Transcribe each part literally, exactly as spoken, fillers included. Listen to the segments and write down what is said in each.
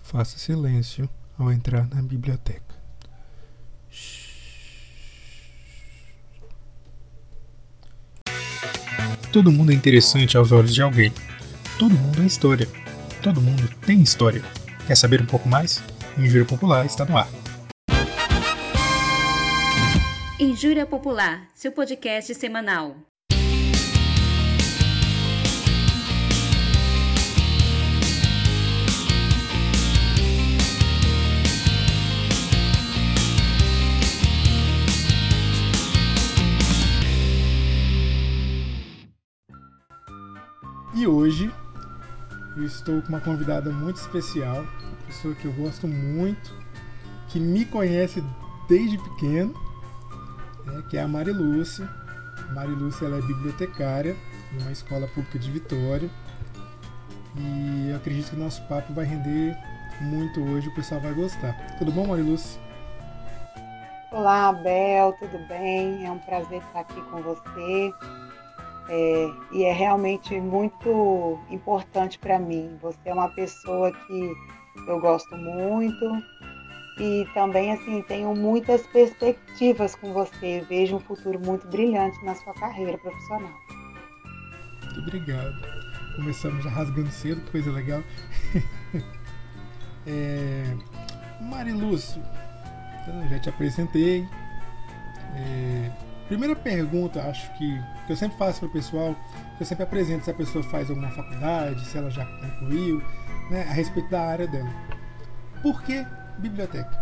Faça silêncio ao entrar na biblioteca. Todo mundo é interessante aos olhos de alguém. Todo mundo é história. Todo mundo tem história. Quer saber um pouco mais? Injúria Popular está no ar. Injúria Popular, seu podcast semanal. E hoje eu estou com uma convidada muito especial, uma pessoa que eu gosto muito, que me conhece desde pequeno, né, que é a Marilúcia. A Marilúcia ela é bibliotecária de uma escola pública de Vitória e eu acredito que o nosso papo vai render muito hoje, o pessoal vai gostar. Tudo bom, Marilúcia? Olá, Abel, tudo bem? É um prazer estar aqui com você. É, e é realmente muito importante para mim. Você é uma pessoa que eu gosto muito e também assim tenho muitas perspectivas com você. Vejo um futuro muito brilhante na sua carreira profissional. Muito obrigado. Começamos já rasgando cedo, que coisa legal. é, Marilúcia, eu já te apresentei. É, primeira pergunta, acho que, que eu sempre faço para o pessoal, eu sempre apresento se a pessoa faz alguma faculdade, se ela já concluiu, né, a respeito da área dela. Por que biblioteca?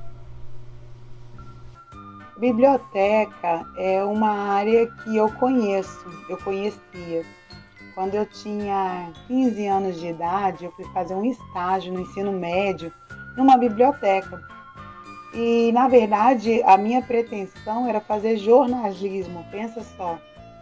Biblioteca é uma área que eu conheço, eu conhecia. Quando eu tinha quinze anos de idade, eu fui fazer um estágio no ensino médio numa biblioteca. E, na verdade, a minha pretensão era fazer jornalismo, pensa só.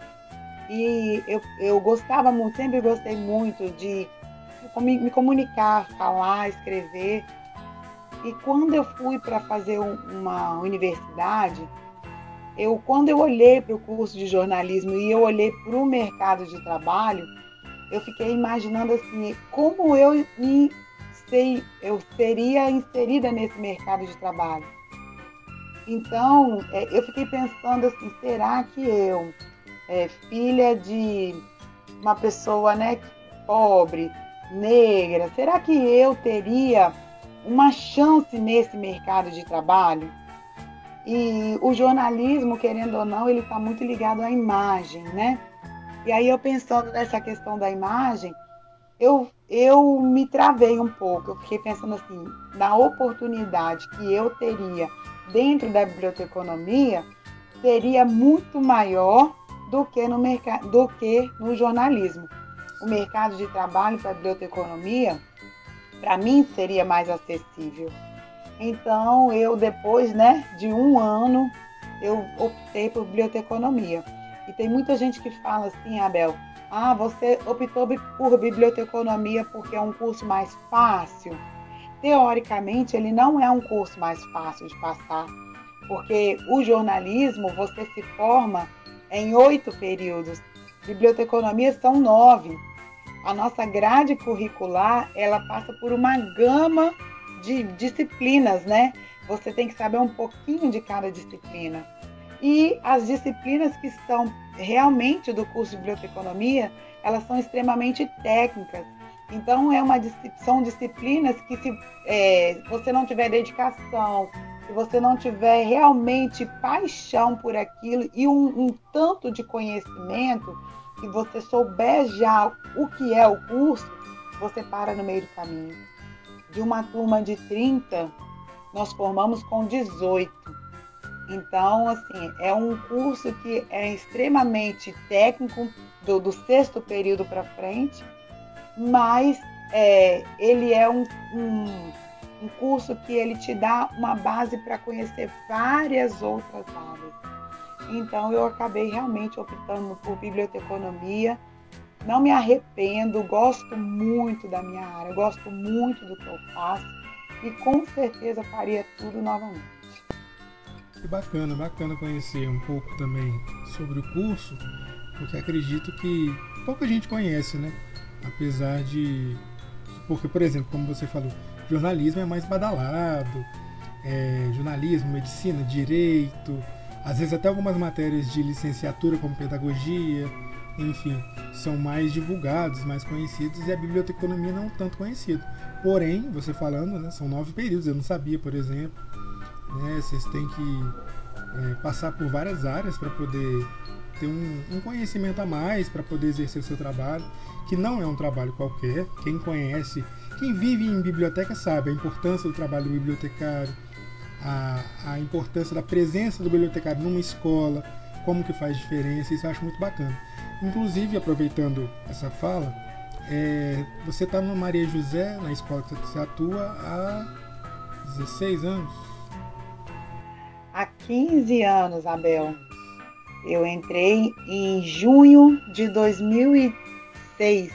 E eu, eu gostava muito, sempre gostei muito de me comunicar, falar, escrever. E quando eu fui para fazer um, uma universidade, eu, quando eu olhei para o curso de jornalismo e eu olhei para o mercado de trabalho, eu fiquei imaginando assim, como eu me sei, eu seria inserida nesse mercado de trabalho. Então, é, eu fiquei pensando assim, será que eu, é, filha de uma pessoa, né, pobre, negra, será que eu teria uma chance nesse mercado de trabalho? E o jornalismo, querendo ou não, ele está muito ligado à imagem, né? E aí eu pensando nessa questão da imagem, eu, eu me travei um pouco. Eu fiquei pensando assim, na oportunidade que eu teria dentro da biblioteconomia, seria muito maior do que no, merc- do que no jornalismo. O mercado de trabalho para a biblioteconomia, para mim, seria mais acessível. Então, eu depois, né, de um ano, eu optei por biblioteconomia. E tem muita gente que fala assim, Abel, ah, você optou por biblioteconomia porque é um curso mais fácil. Teoricamente, ele não é um curso mais fácil de passar, porque o jornalismo, você se forma em oito períodos. Biblioteconomia são nove. A nossa grade curricular, ela passa por uma gama de disciplinas, né? Você tem que saber um pouquinho de cada disciplina. E as disciplinas que são realmente do curso de biblioteconomia, elas são extremamente técnicas. Então, é uma, são disciplinas que se é, você não tiver dedicação, se você não tiver realmente paixão por aquilo e um, um tanto de conhecimento, se você souber já o que é o curso, você para no meio do caminho. De uma turma de trinta, nós formamos com dezoito. Então, assim, é um curso que é extremamente técnico, do, do sexto período para frente, mas é, ele é um, um, um curso que ele te dá uma base para conhecer várias outras áreas. Então, eu acabei realmente optando por biblioteconomia. Não me arrependo, gosto muito da minha área, gosto muito do que eu faço e com certeza faria tudo novamente. Que bacana, bacana conhecer um pouco também sobre o curso, porque acredito que pouca gente conhece, né? Apesar de... Porque, por exemplo, como você falou, jornalismo é mais badalado, é, jornalismo, medicina, direito, às vezes até algumas matérias de licenciatura como pedagogia, enfim, são mais divulgados, mais conhecidos, e a biblioteconomia não tanto conhecida. Porém, você falando, né, são nove períodos, eu não sabia, por exemplo, né, vocês têm que é, passar por várias áreas para poder ter um, um conhecimento a mais, para poder exercer o seu trabalho, que não é um trabalho qualquer. Quem conhece, quem vive em biblioteca sabe a importância do trabalho do bibliotecário, a, a importância da presença do bibliotecário numa escola, como que faz diferença, isso eu acho muito bacana. Inclusive, aproveitando essa fala, é, você está no Maria José, na escola que você atua há dezesseis anos? Há quinze anos, Abel. Eu entrei em junho de dois mil e seis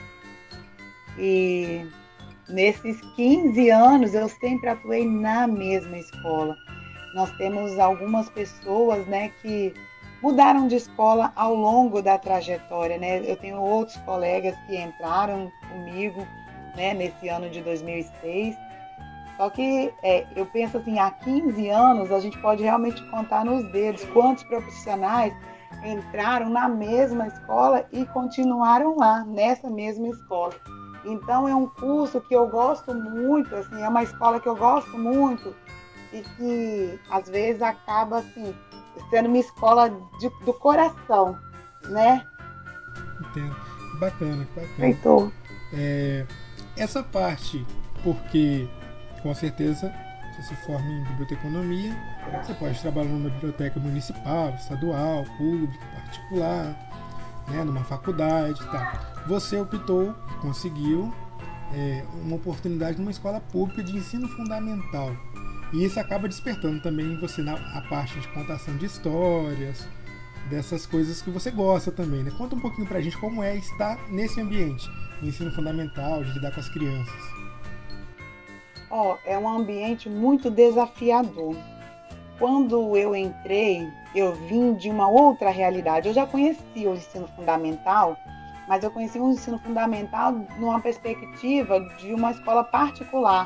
e nesses quinze anos eu sempre atuei na mesma escola. Nós temos algumas pessoas, né, que mudaram de escola ao longo da trajetória, né? Eu tenho outros colegas que entraram comigo, né, nesse ano de dois mil e seis. Só que é, eu penso assim, há quinze anos a gente pode realmente contar nos dedos quantos profissionais entraram na mesma escola e continuaram lá, nessa mesma escola. Então é um curso que eu gosto muito, assim, é uma escola que eu gosto muito e que às vezes acaba assim, sendo uma escola de, do coração, né? Entendo. Bacana, bacana. Heitor. É, essa parte, porque com certeza você se forma em biblioteconomia, você pode trabalhar numa biblioteca municipal, estadual, pública, particular, né, numa faculdade, tá. Você optou, conseguiu é, uma oportunidade numa escola pública de ensino fundamental. E isso acaba despertando também em você na, a parte de contação de histórias, dessas coisas que você gosta também, né? Conta um pouquinho pra gente como é estar nesse ambiente, no ensino fundamental, de lidar com as crianças. Ó, oh, é um ambiente muito desafiador. Quando eu entrei, eu vim de uma outra realidade. Eu já conhecia o ensino fundamental, mas eu conheci o ensino fundamental numa perspectiva de uma escola particular,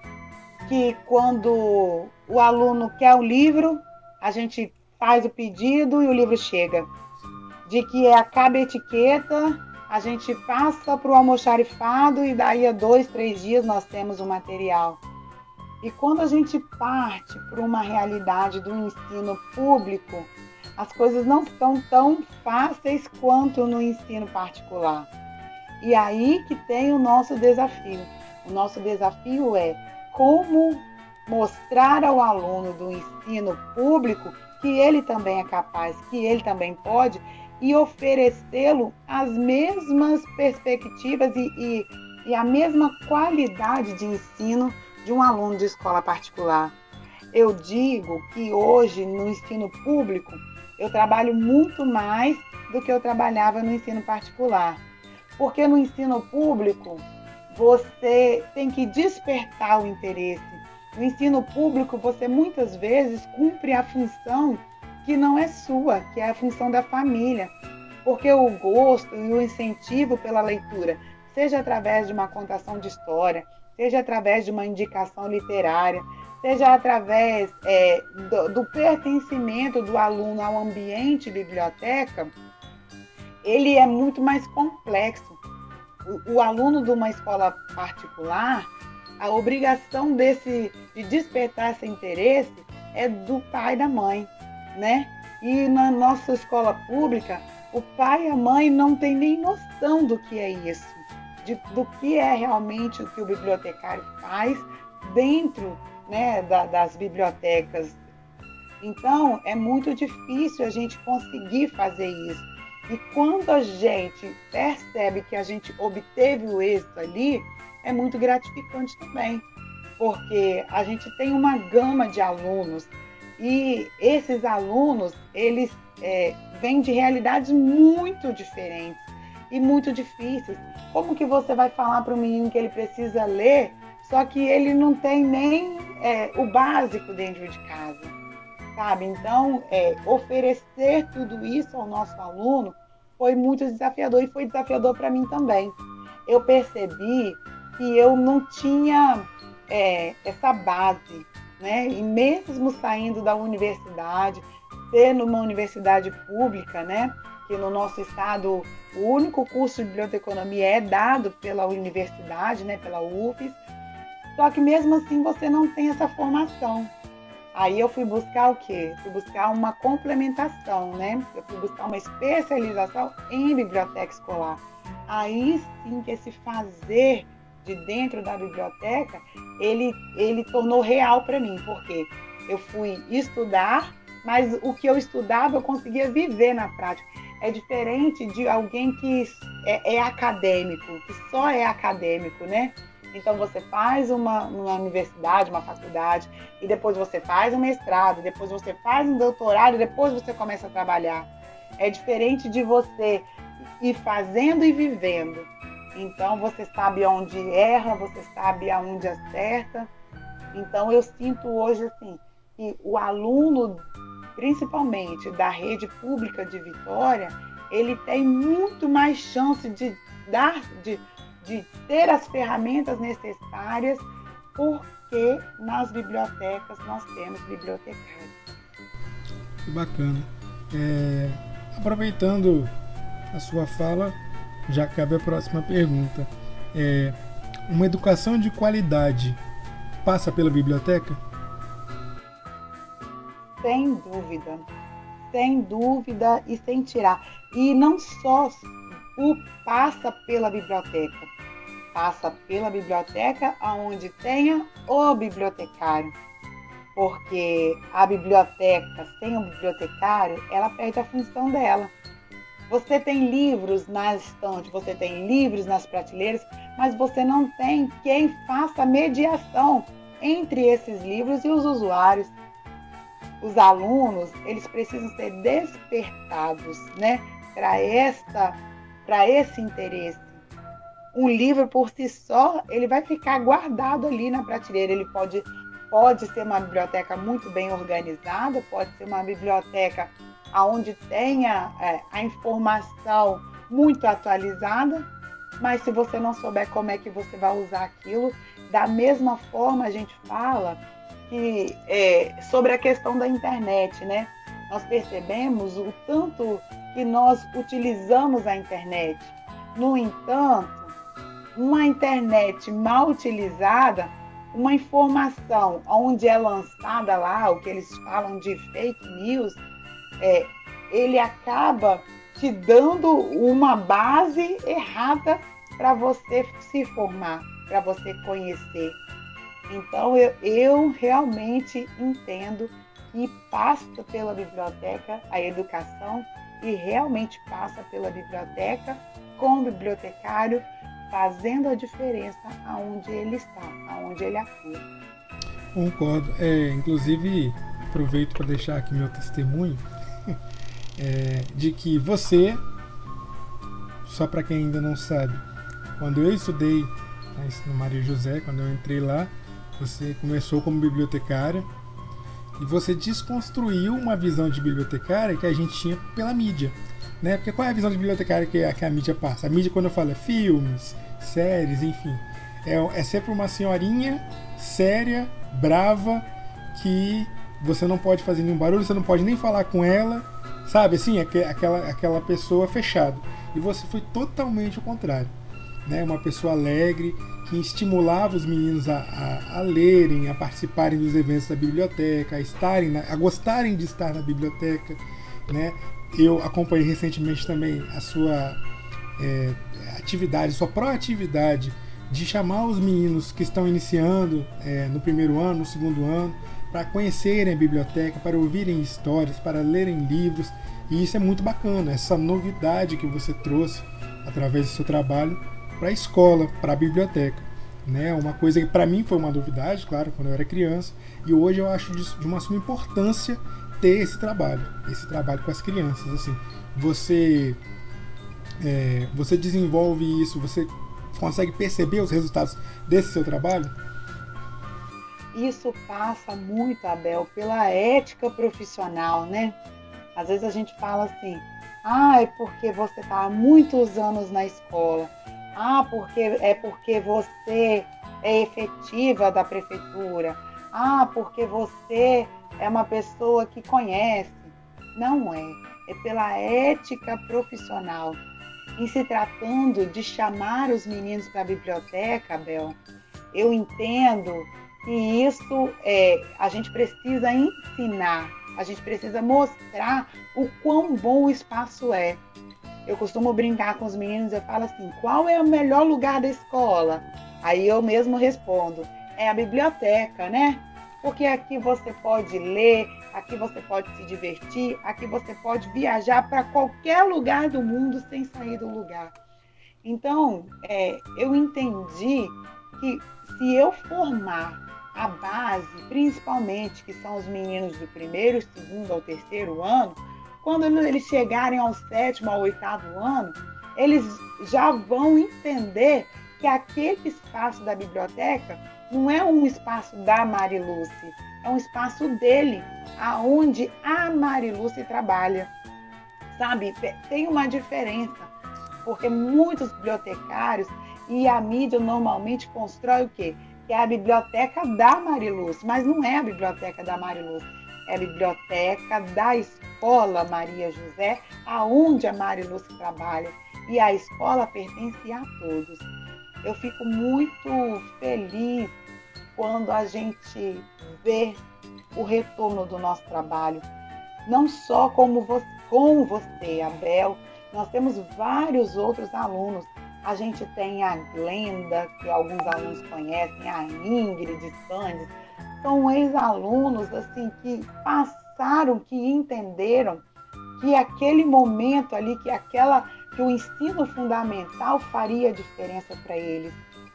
que quando o aluno quer o livro, a gente faz o pedido e o livro chega. De que acaba a etiqueta, a gente passa para o almoxarifado e daí a dois, três dias nós temos o material. E quando a gente parte para uma realidade do ensino público, as coisas não são tão fáceis quanto no ensino particular. E aí que tem o nosso desafio. O nosso desafio é como mostrar ao aluno do ensino público que ele também é capaz, que ele também pode, e oferecê-lo as mesmas perspectivas e, e, e a mesma qualidade de ensino de um aluno de escola particular. Eu digo que hoje, no ensino público, eu trabalho muito mais do que eu trabalhava no ensino particular. Porque no ensino público, você tem que despertar o interesse. No ensino público, você muitas vezes cumpre a função que não é sua, que é a função da família. Porque o gosto e o incentivo pela leitura, seja através de uma contação de história, seja através de uma indicação literária, seja através é, do, do pertencimento do aluno ao ambiente biblioteca, ele é muito mais complexo. O, o aluno de uma escola particular, a obrigação desse, de despertar esse interesse é do pai e da mãe, né? E na nossa escola pública, o pai e a mãe não têm nem noção do que é isso, de, do que é realmente o que o bibliotecário faz dentro, né, da, das bibliotecas. Então, é muito difícil a gente conseguir fazer isso. E quando a gente percebe que a gente obteve o êxito ali, é muito gratificante também, porque a gente tem uma gama de alunos e esses alunos, eles é, vêm de realidades muito diferentes e muito difíceis. Como que você vai falar para o menino que ele precisa ler, só que ele não tem nem é, o básico dentro de casa, sabe? Então, é, oferecer tudo isso ao nosso aluno foi muito desafiador e foi desafiador para mim também. Eu percebi que eu não tinha é, essa base, né? E mesmo saindo da universidade, sendo uma universidade pública, né? Que no nosso estado o único curso de biblioteconomia é dado pela universidade, né? Pela U F E S, só que mesmo assim você não tem essa formação. Aí eu fui buscar o quê? Fui buscar uma complementação, né? Eu fui buscar uma especialização em biblioteca escolar. Aí sim que esse fazer de dentro da biblioteca, ele, ele tornou real para mim, porque eu fui estudar, mas o que eu estudava eu conseguia viver na prática. É diferente de alguém que é, é acadêmico, que só é acadêmico, né? Então você faz uma, uma universidade, uma faculdade, e depois você faz um mestrado, depois você faz um doutorado, e depois você começa a trabalhar. É diferente de você ir fazendo e vivendo. Então você sabe onde erra, você sabe aonde acerta. Então eu sinto hoje assim, que o aluno, principalmente da rede pública de Vitória, ele tem muito mais chance de dar, de, de ter as ferramentas necessárias, porque nas bibliotecas nós temos bibliotecários. Que bacana. É, aproveitando a sua fala, já cabe a próxima pergunta. É, uma educação de qualidade passa pela biblioteca? Sem dúvida, sem dúvida e sem tirar. E não só o passa pela biblioteca, passa pela biblioteca onde tenha o bibliotecário. Porque a biblioteca sem o bibliotecário, ela perde a função dela. Você tem livros na estante, você tem livros nas prateleiras, mas você não tem quem faça a mediação entre esses livros e os usuários. Os alunos, eles precisam ser despertados, né, para esta, para esse interesse. Um livro por si só, ele vai ficar guardado ali na prateleira. Ele pode, pode ser uma biblioteca muito bem organizada, pode ser uma biblioteca onde tenha é, a informação muito atualizada, mas se você não souber como é que você vai usar aquilo, da mesma forma a gente fala que, é, sobre a questão da internet, né? Nós percebemos o tanto que nós utilizamos a internet. No entanto, uma internet mal utilizada, uma informação onde é lançada lá, o que eles falam de fake news, é, ele acaba te dando uma base errada para você se formar, para você conhecer. Então, eu, eu realmente entendo que passa pela biblioteca a educação e realmente passa pela biblioteca com o bibliotecário fazendo a diferença aonde ele está, aonde ele atua. Concordo. É, inclusive, aproveito para deixar aqui meu testemunho é, de que você, só para quem ainda não sabe, quando eu estudei no Maria José, quando eu entrei lá, você começou como bibliotecária e você desconstruiu uma visão de bibliotecária que a gente tinha pela mídia, né? Porque qual é a visão de bibliotecária que a, que a mídia passa? A mídia, quando eu falo, é filmes, séries, enfim, é, é sempre uma senhorinha séria, brava, que você não pode fazer nenhum barulho, você não pode nem falar com ela, sabe? Assim, aquela, aquela pessoa fechada. E você foi totalmente o contrário, né? Uma pessoa alegre, que estimulava os meninos a, a, a lerem, a participarem dos eventos da biblioteca, a, estarem na, a gostarem de estar na biblioteca, né? Eu acompanhei recentemente também a sua é, atividade, sua proatividade de chamar os meninos que estão iniciando é, no primeiro ano, no segundo ano, para conhecerem a biblioteca, para ouvirem histórias, para lerem livros. E isso é muito bacana, essa novidade que você trouxe através do seu trabalho para a escola, para a biblioteca, né? Uma coisa que para mim foi uma novidade, claro, quando eu era criança, e hoje eu acho de uma suma importância ter esse trabalho, esse trabalho com as crianças. Assim, você, é, você desenvolve isso, você consegue perceber os resultados desse seu trabalho? Isso passa muito, Abel, pela ética profissional, né? Às vezes a gente fala assim, ah, é porque você está há muitos anos na escola. Ah, porque, é porque você é efetiva da prefeitura. Ah, porque você é uma pessoa que conhece. Não é. É pela ética profissional. Em se tratando de chamar os meninos para a biblioteca, Bel, eu entendo que isso é, a gente precisa ensinar, a gente precisa mostrar o quão bom o espaço é. Eu costumo brincar com os meninos, eu falo assim, qual é o melhor lugar da escola? Aí eu mesmo respondo, é a biblioteca, né? Porque aqui você pode ler, aqui você pode se divertir, aqui você pode viajar para qualquer lugar do mundo sem sair do lugar. Então, é, eu entendi que se eu formar a base, principalmente, que são os meninos do primeiro, segundo ao terceiro ano, quando eles chegarem ao sétimo, ao oitavo ano, eles já vão entender que aquele espaço da biblioteca não é um espaço da Mariluce, é um espaço dele, aonde a Mariluce trabalha. Sabe, tem uma diferença, porque muitos bibliotecários e a mídia normalmente constrói o quê? Que é a biblioteca da Mariluce, mas não é a biblioteca da Mariluce, é a biblioteca da Escola Maria José, aonde a Mariluce trabalha, e a escola pertence a todos. Eu fico muito feliz quando a gente vê o retorno do nosso trabalho, não só como você, com você, Abel, nós temos vários outros alunos. A gente tem a Glenda, que alguns alunos conhecem, a Ingrid, Sandes, são ex-alunos assim, que passaram, que entenderam que aquele momento ali, que, aquela, que o ensino fundamental faria diferença para eles.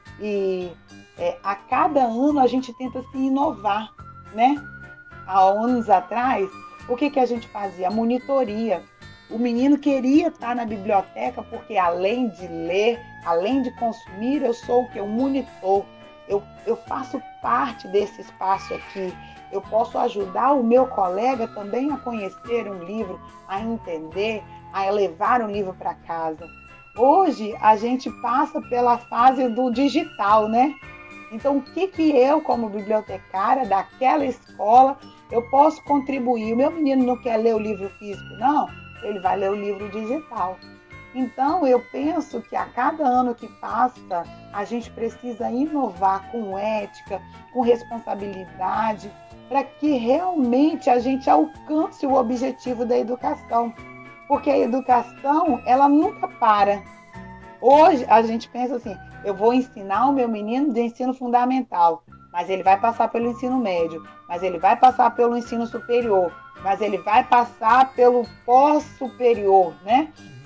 E é, a cada ano a gente tenta se inovar, né? Há anos atrás, o que, que a gente fazia? A monitoria. O menino queria estar na biblioteca porque, além de ler, além de consumir, eu sou o que? Um monitor. Eu, eu faço parte desse espaço aqui. Eu posso ajudar o meu colega também a conhecer um livro, a entender, a levar um livro para casa. Hoje, a gente passa pela fase do digital, né? Então, o que, que eu, como bibliotecária daquela escola, eu posso contribuir? O meu menino não quer ler o livro físico, não? Ele vai ler o livro digital. Então, eu penso que a cada ano que passa, a gente precisa inovar com ética, com responsabilidade, para que realmente a gente alcance o objetivo da educação. Porque a educação, ela nunca para. Hoje, a gente pensa assim, eu vou ensinar o meu menino de ensino fundamental, mas ele vai passar pelo ensino médio, mas ele vai passar pelo ensino superior, mas ele vai passar pelo pós-superior, né?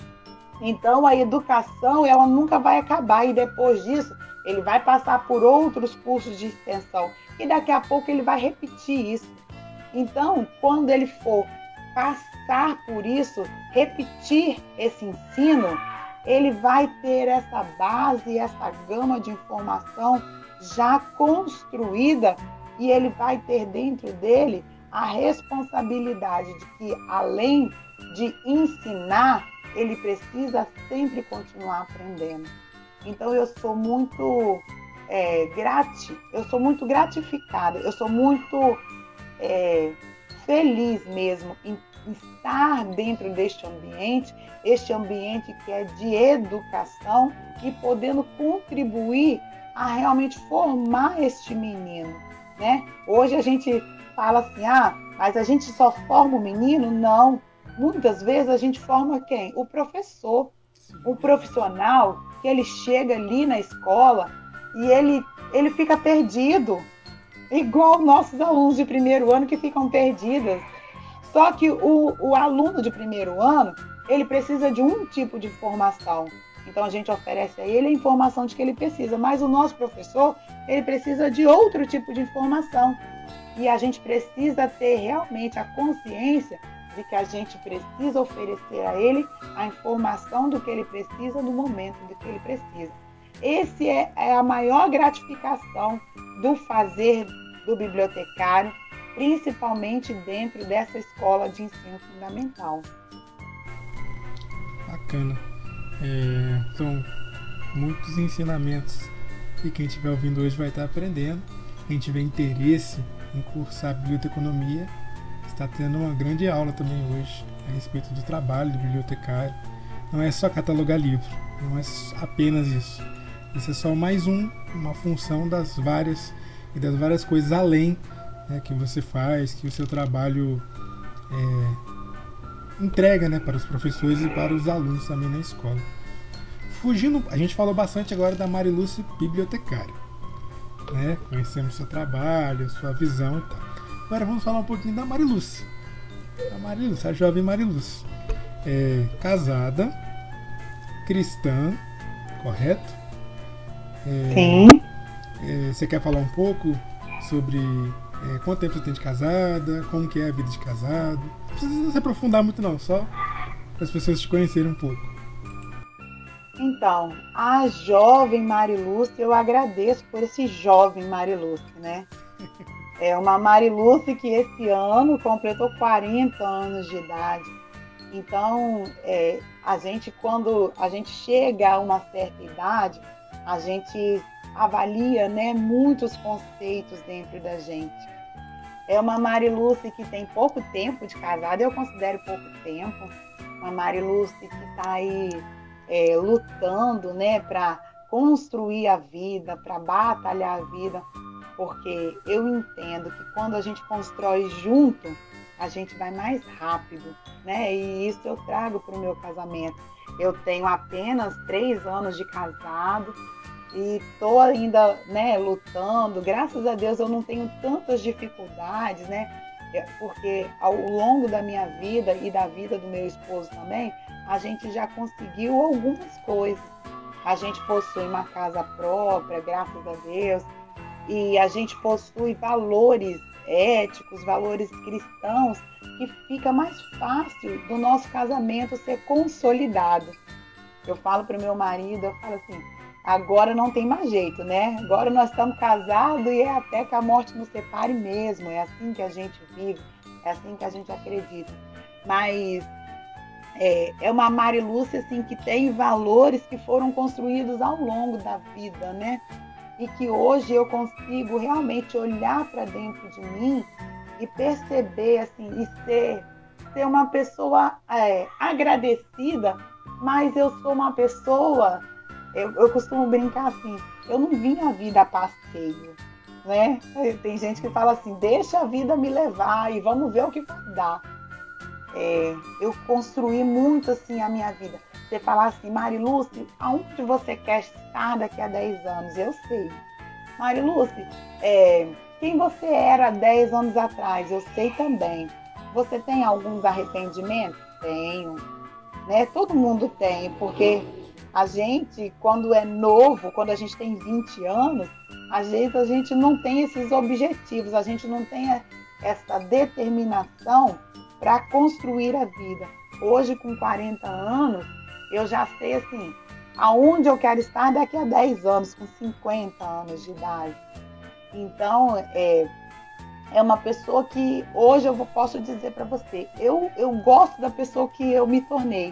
Então, a educação, ela nunca vai acabar, e depois disso, ele vai passar por outros cursos de extensão, e daqui a pouco ele vai repetir isso. Então, quando ele for passar por isso, repetir esse ensino, ele vai ter essa base, essa gama de informação já construída, e ele vai ter dentro dele a responsabilidade de que, além de ensinar, ele precisa sempre continuar aprendendo. Então, eu sou muito é, grati, eu sou muito gratificada, eu sou muito é, feliz mesmo em estar dentro deste ambiente, este ambiente que é de educação, e podendo contribuir a realmente formar este menino, né? Hoje a gente fala assim, ah, mas a gente só forma o menino? Não. Muitas vezes a gente forma quem? O professor, o profissional, que ele chega ali na escola e ele, ele fica perdido, igual nossos alunos de primeiro ano que ficam perdidos. Só que o, o aluno de primeiro ano, ele precisa de um tipo de formação. Então, a gente oferece a ele a informação de que ele precisa, mas o nosso professor, ele precisa de outro tipo de informação. E a gente precisa ter realmente a consciência de que a gente precisa oferecer a ele a informação do que ele precisa no momento do que ele precisa. Esse é, é a maior gratificação do fazer do bibliotecário, principalmente dentro dessa escola de ensino fundamental. Bacana. É, são muitos ensinamentos e quem estiver ouvindo hoje vai estar aprendendo. Quem tiver interesse em cursar biblioteconomia, está tendo uma grande aula também hoje a respeito do trabalho do bibliotecário. Não é só catalogar livro, não é apenas isso. Isso é só mais um, uma função das várias e das várias coisas além, né, que você faz, que o seu trabalho é, entrega, né, para os professores e para os alunos também na escola. Fugindo, a gente falou bastante agora da Marilúcia bibliotecária, né? Conhecemos seu trabalho, sua visão e tal. Agora vamos falar um pouquinho da Marilúcia. A Marilúcia, a jovem Marilúcia. É casada, cristã, correto? É, Sim. É, você quer falar um pouco sobre é, quanto tempo você tem de casada, como que é a vida de casado? Não precisa se aprofundar muito não, só para as pessoas te conhecerem um pouco. Então, a jovem Marilúcia, eu agradeço por esse jovem Marilúcia, né? É uma Marilúcia que esse ano completou quarenta anos de idade. Então, é, a gente, quando a gente chega a uma certa idade, a gente avalia, né, muitos conceitos dentro da gente. É uma Marilúcia que tem pouco tempo de casada, eu considero pouco tempo. Uma Marilúcia que está aí é, lutando, né, para construir a vida, para batalhar a vida, porque eu entendo que quando a gente constrói junto, a gente vai mais rápido, né? E isso eu trago para o meu casamento. Eu tenho apenas três anos de casado e estou ainda, né, lutando. Graças a Deus eu não tenho tantas dificuldades, né? Porque ao longo da minha vida e da vida do meu esposo também, a gente já conseguiu algumas coisas. A gente possui uma casa própria, graças a Deus, e a gente possui valores éticos, valores cristãos, que fica mais fácil do nosso casamento ser consolidado. Eu falo para o meu marido, eu falo assim, agora não tem mais jeito, né? Agora nós estamos casados e é até que a morte nos separe mesmo. É assim que a gente vive, é assim que a gente acredita. Mas é, é uma Marilúcia assim, que tem valores que foram construídos ao longo da vida, né? E que hoje eu consigo realmente olhar para dentro de mim e perceber assim, e ser, ser uma pessoa é, agradecida, mas eu sou uma pessoa, eu, eu costumo brincar assim, eu não vim a vida a passeio, né? Tem gente que fala assim, deixa a vida me levar e vamos ver o que vai dar. É, eu construí muito assim a minha vida. Você falar assim, Marilúcia, aonde você quer estar daqui a dez anos? Eu sei. Marilúcia, é, quem você era dez anos atrás? Eu sei também. Você tem alguns arrependimentos? Tenho. Né? Todo mundo tem, porque a gente, quando é novo, quando a gente tem vinte anos, às vezes a gente não tem esses objetivos, a gente não tem essa determinação para construir a vida. Hoje, com quarenta anos, eu já sei assim, aonde eu quero estar daqui a dez anos, com cinquenta anos de idade. Então, é, é uma pessoa que hoje eu posso dizer para você, eu, eu gosto da pessoa que eu me tornei.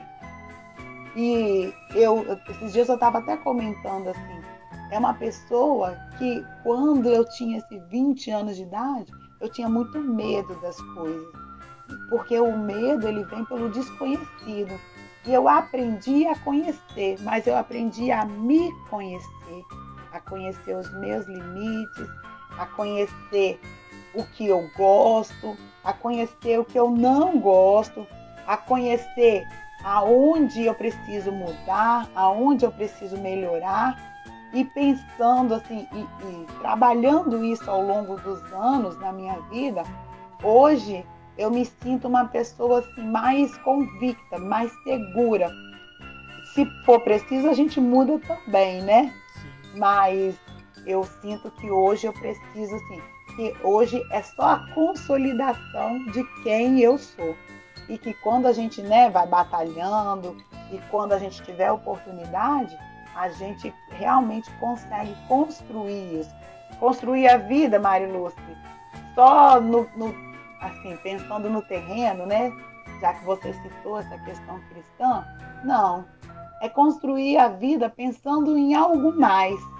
E eu, esses dias eu estava até comentando assim, é uma pessoa que quando eu tinha esses vinte anos de idade, eu tinha muito medo das coisas. Porque o medo ele vem pelo desconhecido. E eu aprendi a conhecer, mas eu aprendi a me conhecer, a conhecer os meus limites, a conhecer o que eu gosto, a conhecer o que eu não gosto, a conhecer aonde eu preciso mudar, aonde eu preciso melhorar, e pensando assim, e, e trabalhando isso ao longo dos anos na minha vida, hoje eu me sinto uma pessoa assim, mais convicta, mais segura. Se for preciso, a gente muda também, né? Sim. Mas eu sinto que hoje eu preciso, assim, que hoje é só a consolidação de quem eu sou. E que quando a gente, né, vai batalhando e quando a gente tiver oportunidade, a gente realmente consegue construir isso. Construir a vida, Marilúcia, só no... no assim, pensando no terreno, né? Já que você citou essa questão cristã, não. É construir a vida pensando em algo mais.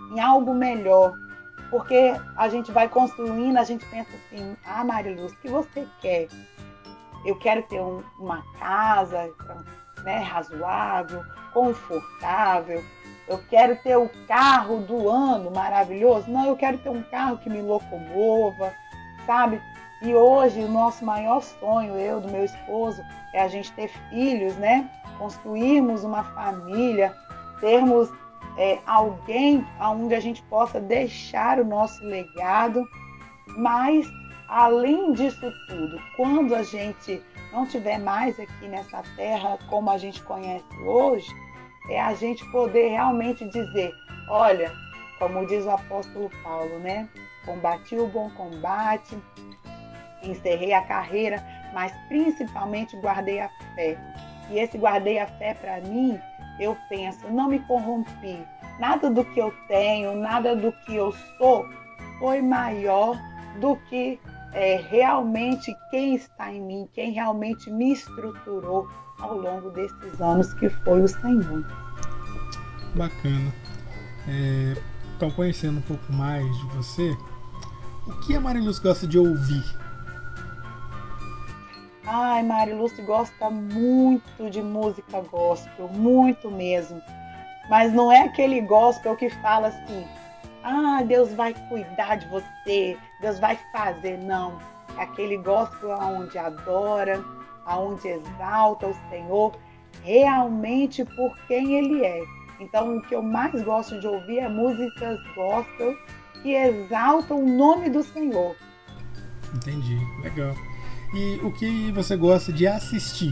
em algo melhor. Porque a gente vai construindo, a gente pensa assim, ah, Mariluz, o que você quer? Eu quero ter um, uma casa, né, razoável, confortável. Eu quero ter o carro do ano maravilhoso. Não, eu quero ter um carro que me locomova, sabe? E hoje o nosso maior sonho, eu do meu esposo, é a gente ter filhos, né? Construirmos uma família, termos é, alguém onde a gente possa deixar o nosso legado. Mas, além disso tudo, quando a gente não tiver mais aqui nessa terra como a gente conhece hoje, é a gente poder realmente dizer, olha, como diz o apóstolo Paulo, né? Combati o bom combate, encerrei a carreira, mas principalmente guardei a fé. E esse guardei a fé para mim, eu penso, não me corrompi. Nada do que eu tenho, nada do que eu sou foi maior do que é, realmente quem está em mim, quem realmente me estruturou ao longo desses anos, que foi o Senhor. Bacana. É, então, conhecendo um pouco mais de você, o que a Mariluz gosta de ouvir? Ai, Mariluz gosta muito de música gospel, muito mesmo. Mas não é aquele gospel que fala assim, ah, Deus vai cuidar de você, Deus vai fazer, não. É aquele gospel onde adora, onde exalta o Senhor, realmente por quem Ele é. Então, o que eu mais gosto de ouvir é músicas gospel que exaltam o nome do Senhor. Entendi, legal. E o que você gosta de assistir?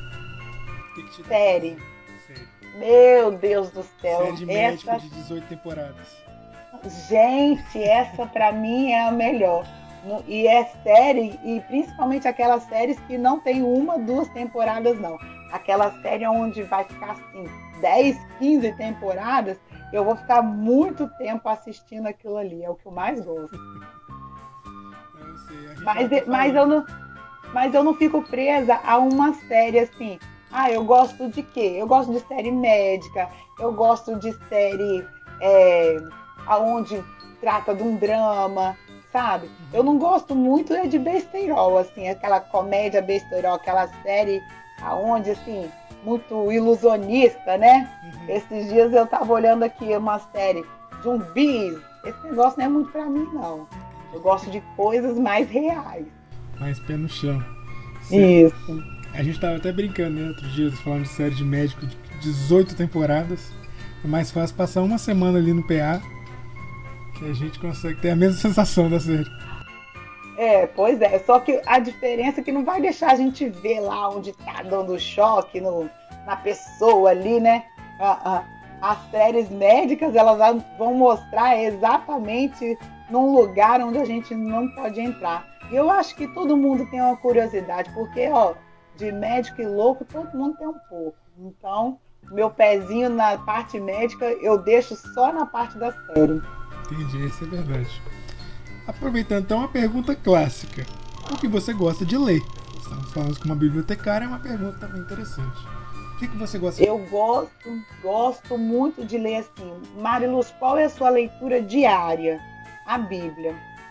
Série. Série. Meu Deus do céu. Série de médico essa... de dezoito temporadas. Gente, essa pra mim é a melhor. E é série, e principalmente aquelas séries que não tem uma, duas temporadas, não. Aquela série onde vai ficar assim, dez, quinze temporadas, eu vou ficar muito tempo assistindo aquilo ali. É o que eu mais gosto. Eu sei, mas, tá mas, eu não, mas eu não fico presa a uma série assim. Ah, eu gosto de quê? Eu gosto de série médica, eu gosto de série é, onde trata de um drama, sabe? Eu não gosto muito é de besteirol, assim, aquela comédia besteirol, aquela série aonde, assim, muito ilusionista, né? Uhum. Esses dias eu tava olhando aqui uma série, zumbis. Esse negócio não é muito pra mim, não. Eu gosto de coisas mais reais. Mais pé no chão. Isso. A gente tava até brincando, né? Outro dia, falando de série de médico de dezoito temporadas. É mais fácil passar uma semana ali no P A que a gente consegue ter a mesma sensação da série. É, pois é. Só que a diferença é que não vai deixar a gente ver lá onde tá dando choque no, na pessoa ali, né? A, a, as séries médicas, elas vão mostrar exatamente num lugar onde a gente não pode entrar. E eu acho que todo mundo tem uma curiosidade, porque, ó, de médico e louco, todo mundo tem um pouco. Então, meu pezinho na parte médica, eu deixo só na parte da série. Entendi, isso é verdade. Aproveitando então uma pergunta clássica. O que você gosta de ler? Estamos falando com uma bibliotecária, é uma pergunta também interessante. O que, que você gosta de ler? Eu gosto, gosto muito de ler assim. Mariluz, qual é a sua leitura diária? A Bíblia.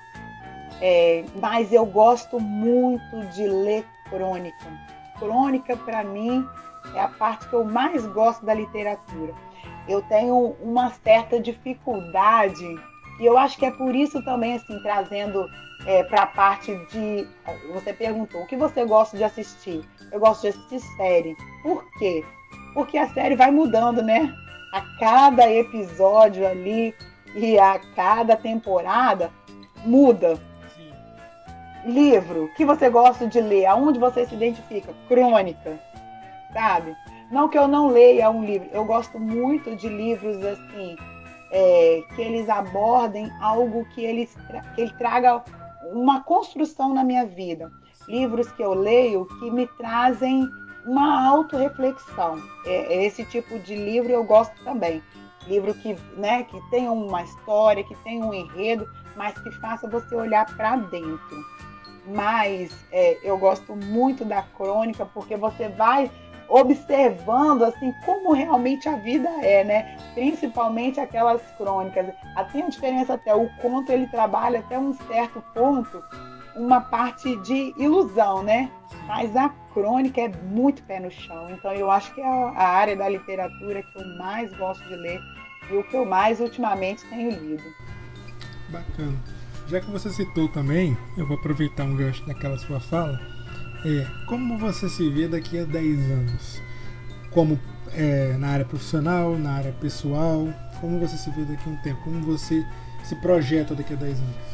É, mas eu gosto muito de ler crônica. Crônica, para mim, é a parte que eu mais gosto da literatura. Eu tenho uma certa dificuldade, e eu acho que é por isso também, assim, trazendo é, para a parte de... Você perguntou, o que você gosta de assistir? Eu gosto de assistir série. Por quê? Porque a série vai mudando, né? A cada episódio ali e a cada temporada muda. Livro, que você gosta de ler, aonde você se identifica? Crônica, sabe? Não que eu não leia um livro, eu gosto muito de livros assim, é, que eles abordem algo que, eles tra- que ele traga uma construção na minha vida. Livros que eu leio que me trazem uma autorreflexão. É, esse tipo de livro eu gosto também. Livro que, né, que tenha uma história, que tenha um enredo, mas que faça você olhar para dentro. Mas é, eu gosto muito da crônica porque você vai observando assim como realmente a vida é, né? Principalmente aquelas crônicas. Tem a diferença até, o conto ele trabalha até um certo ponto uma parte de ilusão, né? Mas a crônica é muito pé no chão. Então eu acho que é a área da literatura que eu mais gosto de ler e o que eu mais ultimamente tenho lido. Bacana. Já que você citou também, eu vou aproveitar um gancho daquela sua fala. É, como você se vê daqui a dez anos? Como é, na área profissional, na área pessoal? Como você se vê daqui a um tempo? Como você se projeta daqui a dez anos?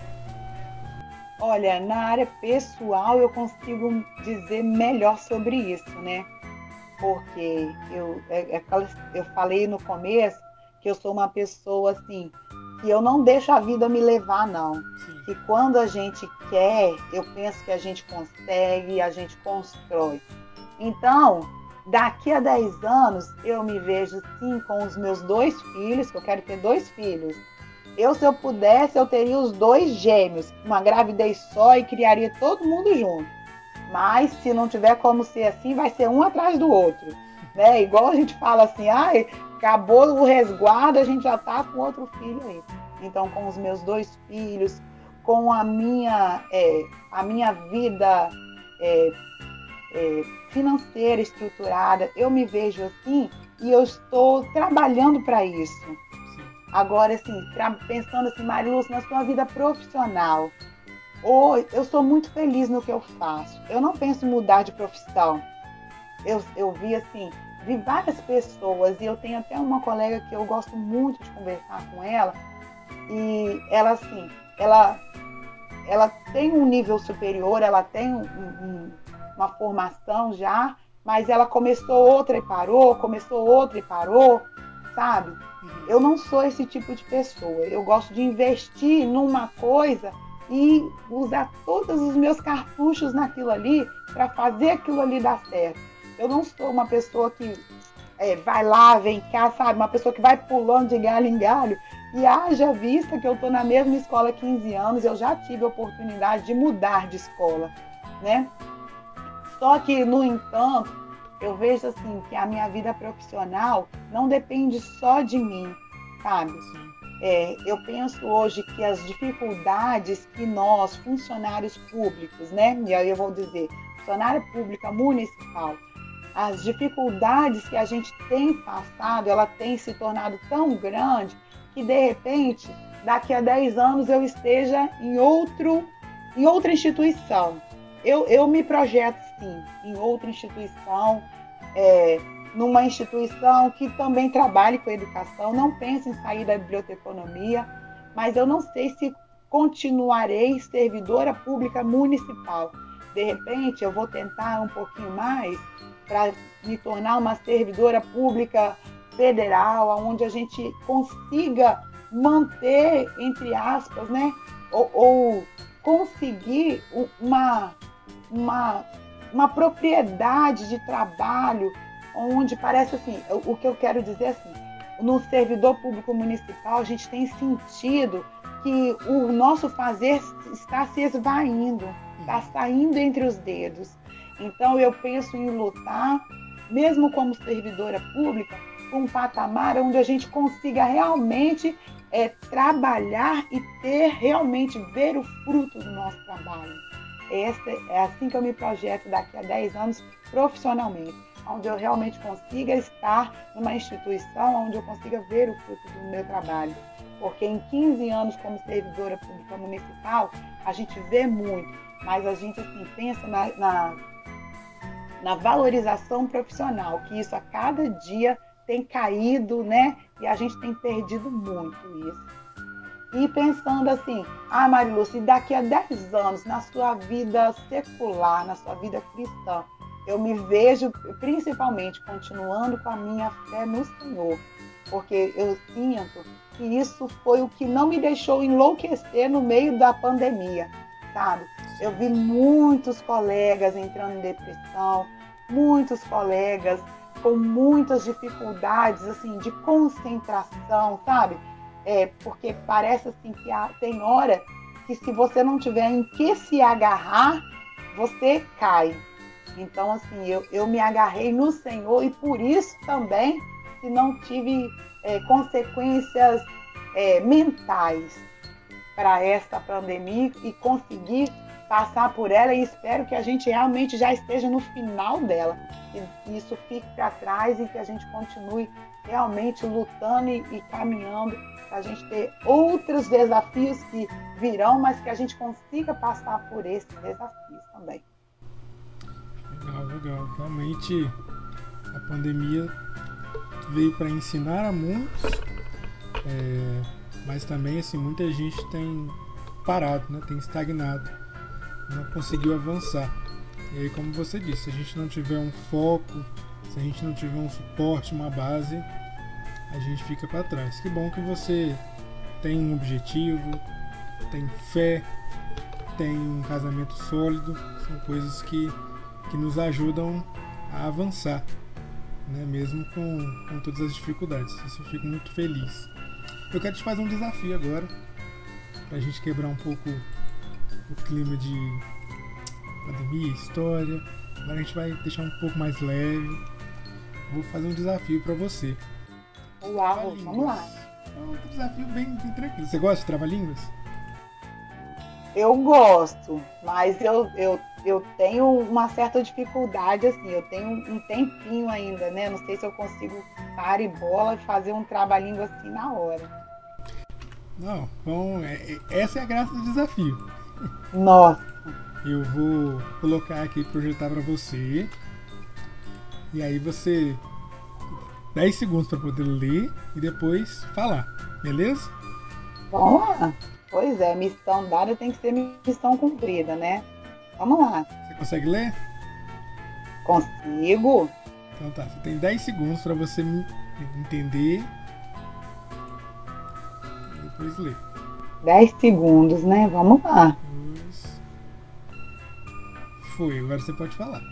Olha, na área pessoal eu consigo dizer melhor sobre isso, né? Porque eu, é, é, eu falei no começo que eu sou uma pessoa assim, que eu não deixo a vida me levar, não. Sim. Que quando a gente quer, eu penso que a gente consegue e a gente constrói. Então, daqui a dez anos, eu me vejo sim com os meus dois filhos, que eu quero ter dois filhos. Eu, se eu pudesse, eu teria os dois gêmeos, uma gravidez só e criaria todo mundo junto. Mas, se não tiver como ser assim, vai ser um atrás do outro. Né? Igual a gente fala assim, ah, acabou o resguardo, a gente já está com outro filho aí. Então, com os meus dois filhos, com a minha, é, a minha vida é, é, financeira estruturada, eu me vejo assim e eu estou trabalhando para isso. Agora, assim, pensando assim, Mariluz, na sua vida profissional, ou eu sou muito feliz no que eu faço. Eu não penso em mudar de profissão. Eu, eu vi, assim, vi várias pessoas, e eu tenho até uma colega que eu gosto muito de conversar com ela, e ela, assim, ela, ela tem um nível superior, ela tem um, um, uma formação já, mas ela começou outra e parou, começou outra e parou, sabe? Eu não sou esse tipo de pessoa. Eu gosto de investir numa coisa e usar todos os meus cartuchos naquilo ali para fazer aquilo ali dar certo. Eu não sou uma pessoa que é, vai lá, vem cá, sabe? Uma pessoa que vai pulando de galho em galho. E haja vista que eu estou na mesma escola há quinze anos, eu já tive a oportunidade de mudar de escola, né? Só que, no entanto, eu vejo assim que a minha vida profissional não depende só de mim, sabe? É, eu penso hoje que as dificuldades que nós, funcionários públicos, né? E aí eu vou dizer, funcionária pública municipal, as dificuldades que a gente tem passado, ela tem se tornado tão grande que, de repente, daqui a dez anos eu esteja em, outro, em outra instituição. Eu, eu me projeto, sim, em outra instituição, é, numa instituição que também trabalhe com educação. Não penso em sair da biblioteconomia, mas eu não sei se continuarei servidora pública municipal. De repente, eu vou tentar um pouquinho mais para me tornar uma servidora pública federal, onde a gente consiga manter, entre aspas, né, ou, ou conseguir uma, uma, uma propriedade de trabalho, onde parece assim, o que eu quero dizer assim, no servidor público municipal a gente tem sentido que o nosso fazer está se esvaindo, está saindo entre os dedos. Então eu penso em lutar, mesmo como servidora pública, com um patamar onde a gente consiga realmente é, trabalhar e ter, realmente ver o fruto do nosso trabalho. Essa, é assim que eu me projeto daqui a dez anos profissionalmente, onde eu realmente consiga estar numa instituição onde eu consiga ver o fruto do meu trabalho. Porque em quinze anos como servidora pública municipal, a gente vê muito, mas a gente assim, pensa na, na, na valorização profissional, que isso a cada dia tem caído, né? E a gente tem perdido muito isso. E pensando assim, ah, Mariluz, daqui a dez anos, na sua vida secular, na sua vida cristã, eu me vejo principalmente continuando com a minha fé no Senhor, porque eu sinto que isso foi o que não me deixou enlouquecer no meio da pandemia, sabe? Eu vi muitos colegas entrando em depressão, muitos colegas com muitas dificuldades, assim, de concentração, sabe? É, porque parece assim que há, tem hora que se você não tiver em que se agarrar, você cai. Então, assim, eu, eu me agarrei no Senhor e por isso também que não tive é, consequências é, mentais para essa pandemia e consegui passar por ela, e espero que a gente realmente já esteja no final dela, que isso fique para trás e que a gente continue realmente lutando e, e caminhando para a gente ter outros desafios que virão, mas que a gente consiga passar por esses desafios também. Legal, legal. Realmente a pandemia veio para ensinar a muitos, é, mas também assim, muita gente tem parado, né? Tem estagnado, não conseguiu avançar. E aí, como você disse, se a gente não tiver um foco, se a gente não tiver um suporte, uma base, a gente fica para trás. Que bom que você tem um objetivo, tem fé, tem um casamento sólido, são coisas que, que nos ajudam a avançar, né? Mesmo com, com todas as dificuldades. Isso eu fico muito feliz. Eu quero te fazer um desafio agora, para a gente quebrar um pouco o clima de pandemia, história. Agora a gente vai deixar um pouco mais leve. Vou fazer um desafio para você. Uau, vamos lá. É um desafio bem, bem tranquilo. Você gosta de trava-línguas? Eu gosto, mas eu, eu, eu tenho uma certa dificuldade, assim, eu tenho um tempinho ainda, né? Não sei se eu consigo parar e bola e fazer um trava-língua assim na hora. Não, bom, é, é, essa é a graça do desafio. Nossa. Eu vou colocar aqui, projetar para você. E aí você dez segundos para poder ler e depois falar, beleza? Vamos lá. Pois é, missão dada tem que ser missão cumprida, né? Vamos lá. Você consegue ler? Consigo. Então tá, você tem dez segundos para você entender e depois ler. dez segundos, né? Vamos lá. Dois. Foi, agora você pode falar.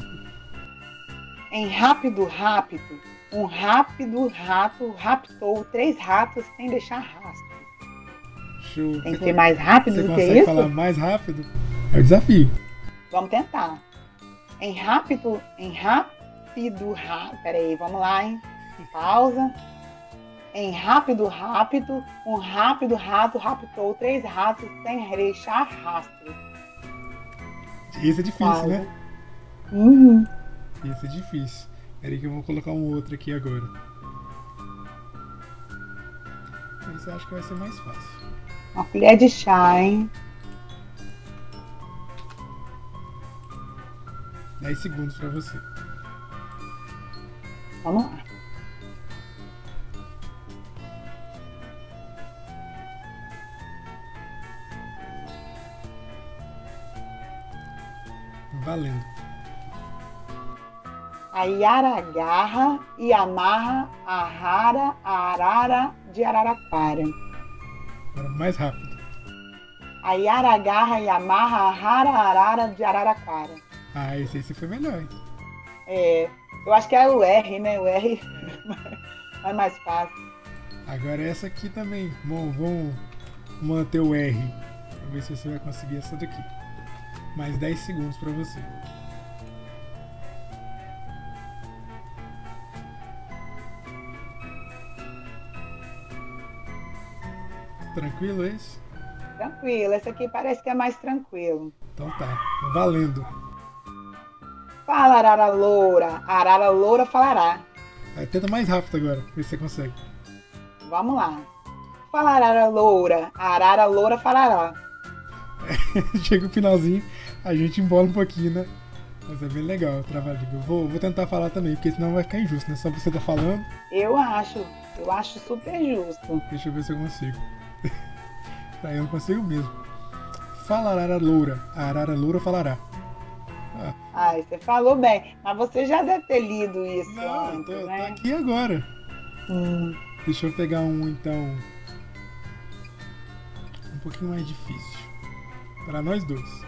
Em rápido, rápido, um rápido rato raptou três ratos sem deixar rastro. Show. Tem que ser mais rápido Você do que consegue isso? falar mais rápido? É o desafio. Vamos tentar. Em rápido, em rápido, rápido. Peraí, vamos lá, hein? Pausa. Em rápido, rápido, um rápido rato raptou três ratos sem deixar rastro. Esse é difícil, Pausa. né? Uhum. Esse é difícil. Peraí que eu vou colocar um outro aqui agora. Esse eu acho que vai ser mais fácil. Uma colher de chá, hein? dez segundos pra você. Vamos lá. Valendo. A Yara agarra e amarra a rara a arara de Araraquara. Agora mais rápido. A Yara agarra e amarra a rara a arara de Araraquara. Ah, esse, esse foi melhor, hein? É, eu acho que é o R, né? O R é mais fácil. Agora essa aqui também. Bom, vamos manter o R. Vamos ver se você vai conseguir essa daqui. Mais dez segundos pra você. Tranquilo esse? Tranquilo, esse aqui parece que é mais tranquilo. Então tá, valendo. Fala, arara loura, arara loura falará. Vai, tenta mais rápido agora, ver se você consegue. Vamos lá. Fala, arara loura, arara loura falará. Chega o finalzinho, a gente embola um pouquinho, né? Mas é bem legal o trava-língua. Eu vou, vou tentar falar também, porque senão vai ficar injusto, né? Só você tá falando. Eu acho, eu acho super justo. Deixa eu ver se eu consigo. Tá, eu não consigo mesmo. Fala, arara loura. A arara loura falará. Ah. Ai, você falou bem, mas você já deve ter lido isso Não, antes, tô, né? tô aqui agora. Hum. Deixa eu pegar um, então, um pouquinho mais difícil. Para nós dois.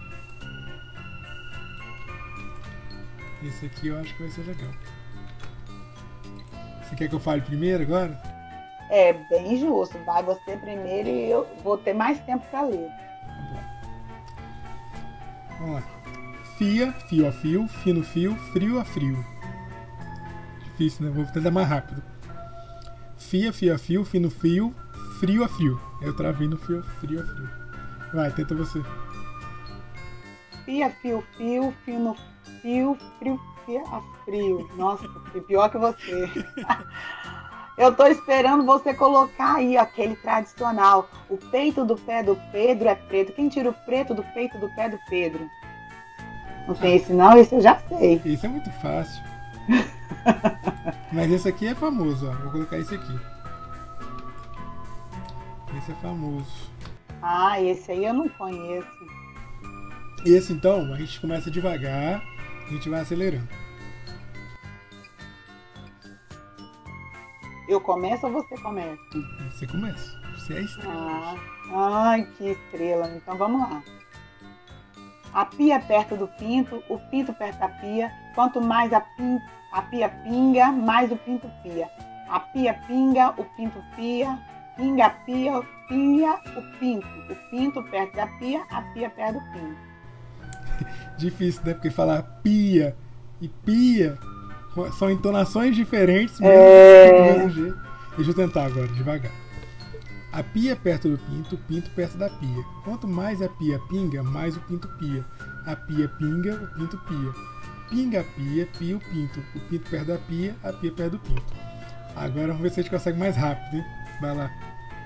Esse aqui eu acho que vai ser legal. Você quer que eu fale primeiro agora? É bem justo. Vai você primeiro e eu vou ter mais tempo para ler. Tá bom. Vamos lá. Fia, fio a fio, fino fio, frio a frio. Difícil, né? Vou tentar mais rápido. Fia, fio a fio, fino fio, frio a fio. Eu travei no fio, frio a frio. Vai, tenta você. Fia, fio, fio, fino fio, frio, fia a frio. Nossa, foi pior que você. Eu tô esperando você colocar aí aquele tradicional. O peito do pé do Pedro é preto. Quem tira o preto do peito do pé do Pedro? Não tem esse não? Esse eu já sei. Esse é muito fácil. Mas esse aqui é famoso, ó. Vou colocar esse aqui. Esse é famoso. Ah, esse aí eu não conheço. Esse então, a gente começa devagar, a gente vai acelerando. Eu começo ou você começa? Você começa. Você é a estrela. Ah, ai, que estrela. Então vamos lá. A pia perto do pinto, o pinto perto da pia. Quanto mais a, pin, a pia pinga, mais o pinto pia. A pia pinga, o pinto pia. Pinga a pia, pia o pinto. O pinto perto da pia, a pia perto do pinto. Difícil, né? Porque falar pia e pia são entonações diferentes, mesmo É... do mesmo jeito. Deixa eu tentar agora, devagar. A pia perto do pinto, o pinto perto da pia. Quanto mais a pia pinga, mais o pinto pia. A pia pinga, o pinto pia. Pinga a pia, pia o pinto. O pinto perto da pia, a pia perto do pinto. Agora vamos ver se a gente consegue mais rápido, hein? Vai lá.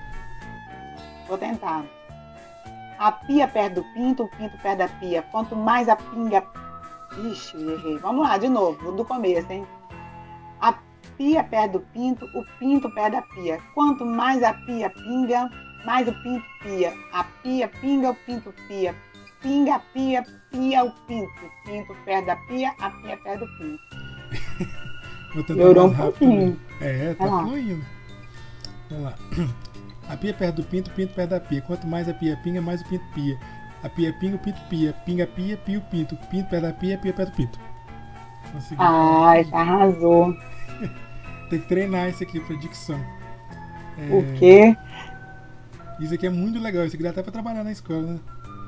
Vou tentar. A pia perto do pinto, o pinto perto da pia. Quanto mais a pinga... Ixi, errei. Vamos lá, de novo, do começo, hein? A pia perto do pinto, o pinto perto da pia. Quanto mais a pia pinga, mais o pinto pia. A pia pinga, o pinto pia. Pinga a pia, pia o pinto. Pinto perto da pia, a pia perto do pinto. Vou tentar Melhorou mais um rápido. pouquinho. É, tá Vai lá. fluindo. Vamos lá. A pia perto do pinto, o pinto perto da pia. Quanto mais a pia pinga, mais o pinto pia. A pia pinga, o pinto pia. Pinga a pia, pia o pinto. Pinto perto da pia, pia perto do pinto. Consegui. Ai, arrasou. Tem que treinar isso aqui pra dicção. É, O quê? Isso aqui é muito legal. Isso aqui dá até pra trabalhar na escola, né?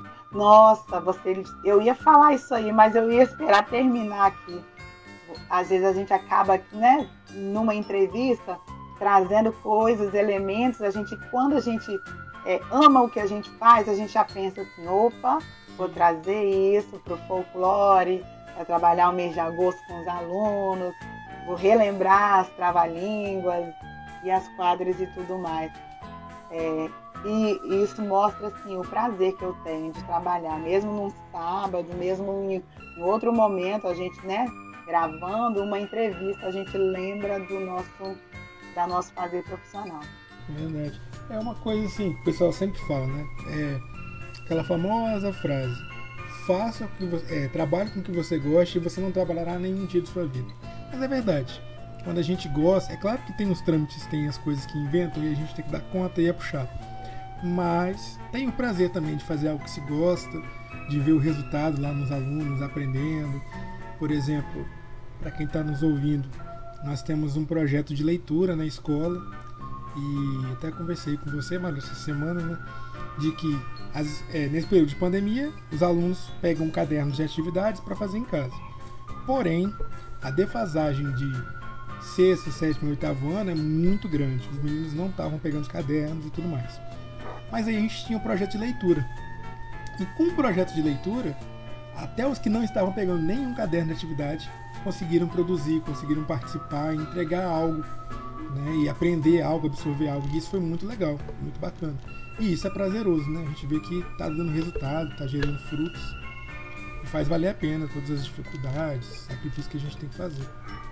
Nossa, você, eu ia falar isso aí, mas eu ia esperar terminar aqui. Às vezes a gente acaba, né, numa entrevista, trazendo coisas, elementos. A gente, quando a gente é, ama o que a gente faz, a gente já pensa assim, opa, vou trazer isso para o folclore, para trabalhar o mês de agosto com os alunos, vou relembrar as trava-línguas e as quadras e tudo mais. É, e isso mostra assim, o prazer que eu tenho de trabalhar, mesmo num sábado, mesmo em, em outro momento, a gente, né, gravando uma entrevista, a gente lembra do nosso, da nosso fazer profissional. Verdade. É uma coisa assim que o pessoal sempre fala, né? É aquela famosa frase: faça o que você, é, trabalhe com o que você gosta e você não trabalhará nenhum dia de sua vida. Mas é verdade. Quando a gente gosta, é claro que tem os trâmites, tem as coisas que inventam e a gente tem que dar conta e é puxado. Mas tem o prazer também de fazer algo que se gosta, de ver o resultado lá nos alunos, aprendendo. Por exemplo, para quem está nos ouvindo, nós temos um projeto de leitura na escola e até conversei com você, Mário, essa semana, né, de que as, é, nesse período de pandemia os alunos pegam um caderno de atividades para fazer em casa. Porém, a defasagem de sexto, sétimo e oitavo ano é muito grande. Os meninos não estavam pegando os cadernos e tudo mais. Mas aí a gente tinha um projeto de leitura. E com o projeto de leitura, até os que não estavam pegando nenhum caderno de atividade conseguiram produzir, conseguiram participar, entregar algo, né, e aprender algo, absorver algo. E isso foi muito legal, muito bacana. E isso é prazeroso, né? A gente vê que está dando resultado, está gerando frutos. E faz valer a pena todas as dificuldades, sacrifícios que a gente tem que fazer.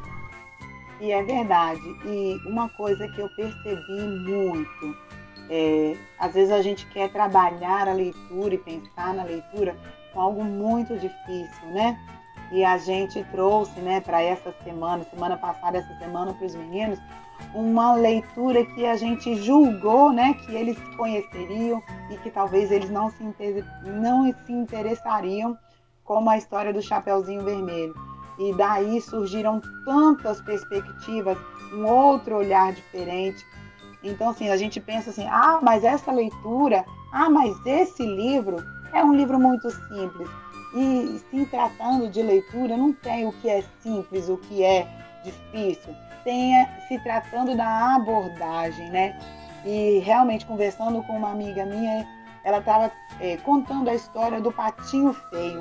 E é verdade. E uma coisa que eu percebi muito, é, às vezes a gente quer trabalhar a leitura e pensar na leitura com algo muito difícil, né? E a gente trouxe, né, para essa semana, semana passada, essa semana para os meninos, uma leitura que a gente julgou, né, que eles conheceriam e que talvez eles não se, inter... não se interessariam, como a história do Chapeuzinho Vermelho. E daí surgiram tantas perspectivas, um outro olhar diferente. Então, assim, a gente pensa assim, ah, mas essa leitura, ah, mas esse livro é um livro muito simples. E se tratando de leitura, não tem o que é simples, o que é difícil. Tem se tratando da abordagem, né? E realmente, conversando com uma amiga minha, ela estava é, contando a história do Patinho Feio.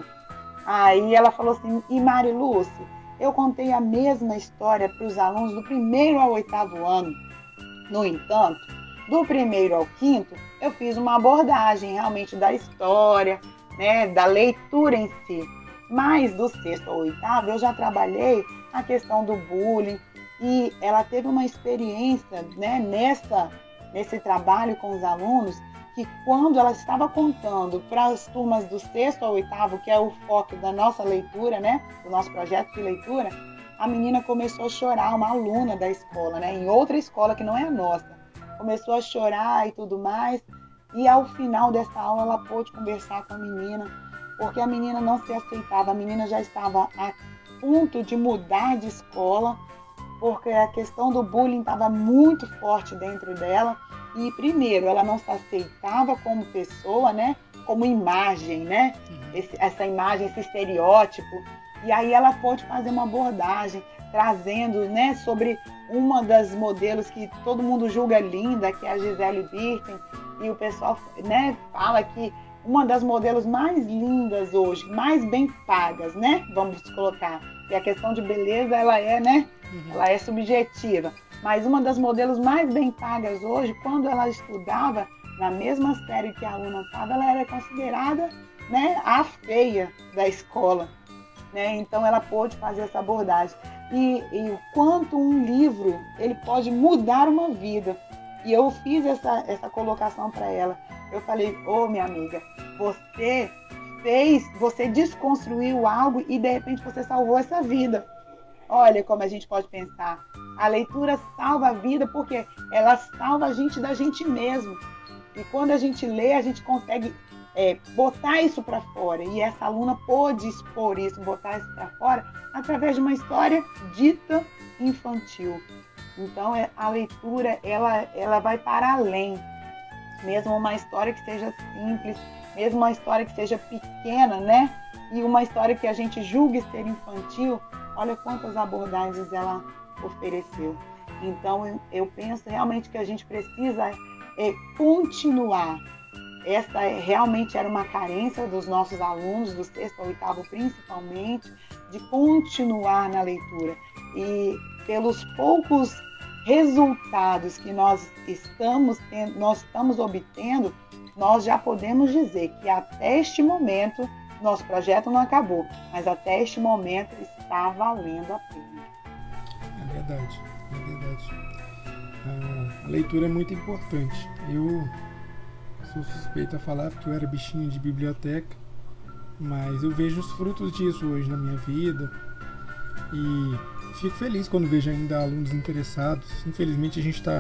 Aí ela falou assim, e Marilúcia, eu contei a mesma história para os alunos do primeiro ao oitavo ano. No entanto, do primeiro ao quinto, eu fiz uma abordagem realmente da história, né, da leitura em si. Mas do sexto ao oitavo, eu já trabalhei a questão do bullying e ela teve uma experiência, né, nessa, nesse trabalho com os alunos, que quando ela estava contando para as turmas do sexto ao oitavo, que é o foco da nossa leitura, né, do nosso projeto de leitura, a menina começou a chorar, uma aluna da escola, né, em outra escola que não é a nossa. Começou a chorar e tudo mais, e ao final dessa aula ela pôde conversar com a menina, porque a menina não se aceitava, a menina já estava a ponto de mudar de escola, porque a questão do bullying estava muito forte dentro dela. E primeiro, ela não se aceitava como pessoa, né? Como imagem, né? Esse, essa imagem, esse estereótipo. E aí ela pôde fazer uma abordagem, trazendo, né, sobre uma das modelos que todo mundo julga linda, que é a Gisele Bündchen. E o pessoal, né, fala que uma das modelos mais lindas hoje, mais bem pagas, né? Vamos colocar. E a questão de beleza, ela é, né? Uhum. Ela é subjetiva. Mas uma das modelos mais bem pagas hoje, quando ela estudava na mesma série que a aluna estava, ela era considerada, né, a feia da escola. Né? Então ela pôde fazer essa abordagem. E, e o quanto um livro ele pode mudar uma vida. E eu fiz essa, essa colocação para ela. Eu falei, ô oh, minha amiga, você fez, você desconstruiu algo e de repente você salvou essa vida. Olha como a gente pode pensar. A leitura salva a vida porque ela salva a gente da gente mesmo. E quando a gente lê, a gente consegue é, botar isso para fora. E essa aluna pôde expor isso, botar isso para fora, através de uma história dita infantil. Então, a leitura, ela, ela vai para além. Mesmo uma história que seja simples, mesmo uma história que seja pequena, né? E uma história que a gente julgue ser infantil, olha quantas abordagens ela ofereceu. Então, eu, eu penso realmente que a gente precisa é, continuar. Essa é, realmente era uma carência dos nossos alunos, do sexto ao oitavo principalmente, de continuar na leitura. E pelos poucos resultados que nós estamos, tendo, nós estamos obtendo, nós já podemos dizer que até este momento, nosso projeto não acabou, mas até este momento está valendo a pena. É verdade, é verdade. A, a leitura é muito importante. Eu sou suspeito a falar porque eu era bichinho de biblioteca, mas eu vejo os frutos disso hoje na minha vida e fico feliz quando vejo ainda alunos interessados. Infelizmente a gente está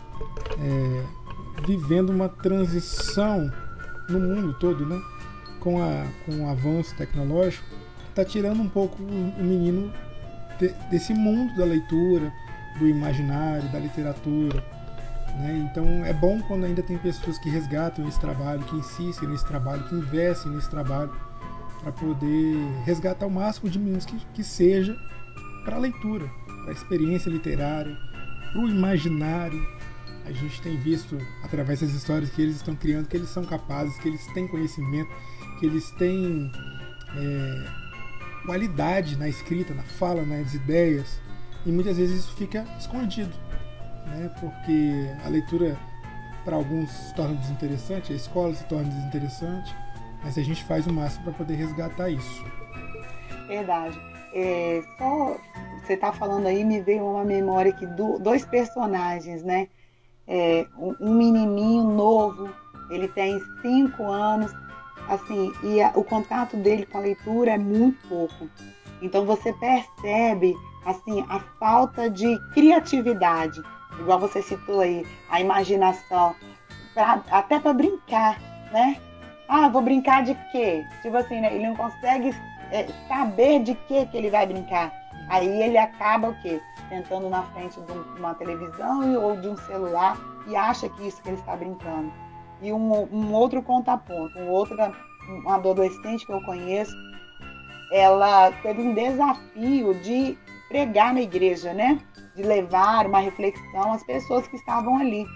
é, vivendo uma transição no mundo todo, né? Com, a, com o avanço tecnológico, está tirando um pouco o, o menino de, desse mundo da leitura, do imaginário, da literatura. Né? Então é bom quando ainda tem pessoas que resgatam esse trabalho, que insistem nesse trabalho, que investem nesse trabalho, para poder resgatar o máximo de meninos que, que seja para a leitura, para a experiência literária, para o imaginário. A gente tem visto, através das histórias que eles estão criando, que eles são capazes, que eles têm conhecimento, que eles têm é, qualidade na escrita, na fala, nas ideias, e muitas vezes isso fica escondido, né? Porque a leitura para alguns se torna desinteressante, a escola se torna desinteressante, mas a gente faz o máximo para poder resgatar isso. Verdade. É, só você está falando aí, me veio uma memória aqui, do, dois personagens, né? É, um, um menininho novo, ele tem cinco anos, assim, e a, o contato dele com a leitura é muito pouco. Então você percebe, assim, a falta de criatividade, igual você citou aí, a imaginação, pra, até para brincar, né? Ah, vou brincar de quê? Tipo assim, né? Ele não consegue é, saber de quê que ele vai brincar. Aí ele acaba o quê? Sentando na frente de uma televisão ou de um celular e acha que isso que ele está brincando. E um, um outro contraponto, uma outra uma adolescente que eu conheço, ela teve um desafio de pregar na igreja, né? De levar uma reflexão às pessoas que estavam ali.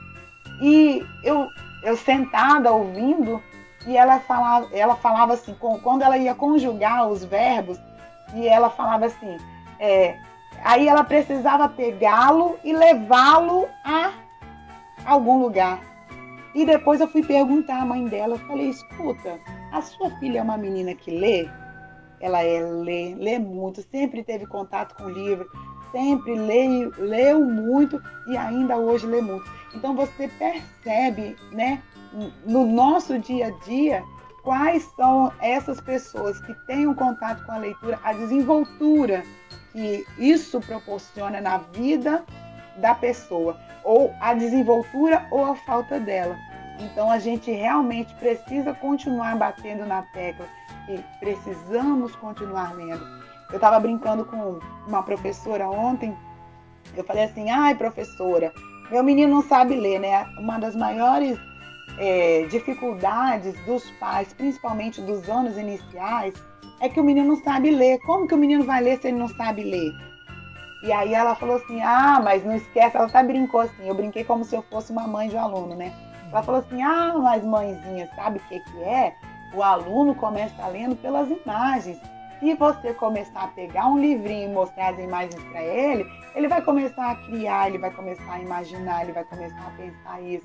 E eu, eu sentada ouvindo, e ela falava, ela falava assim, quando ela ia conjugar os verbos, e ela falava assim, é, aí ela precisava pegá-lo e levá-lo a algum lugar. E depois eu fui perguntar à mãe dela, eu falei, escuta, a sua filha é uma menina que lê? Ela é, lê, lê muito, sempre teve contato com o livro, sempre lê, leu muito e ainda hoje lê muito. Então você percebe, né, no nosso dia a dia, quais são essas pessoas que têm um contato com a leitura, a desenvoltura que isso proporciona na vida da pessoa, ou a desenvoltura ou a falta dela. Então a gente realmente precisa continuar batendo na tecla e precisamos continuar lendo. Eu estava brincando com uma professora ontem, eu falei assim, ai professora, meu menino não sabe ler, né? Uma das maiores é, dificuldades dos pais, principalmente dos anos iniciais, é que o menino não sabe ler. Como que o menino vai ler se ele não sabe ler? E aí ela falou assim, ah, mas não esquece, ela até brincou assim, eu brinquei como se eu fosse uma mãe de um aluno, né? Ela falou assim, ah, mas mãezinha, sabe o que que é? O aluno começa lendo pelas imagens. Se você começar a pegar um livrinho e mostrar as imagens para ele, ele vai começar a criar, ele vai começar a imaginar, ele vai começar a pensar isso.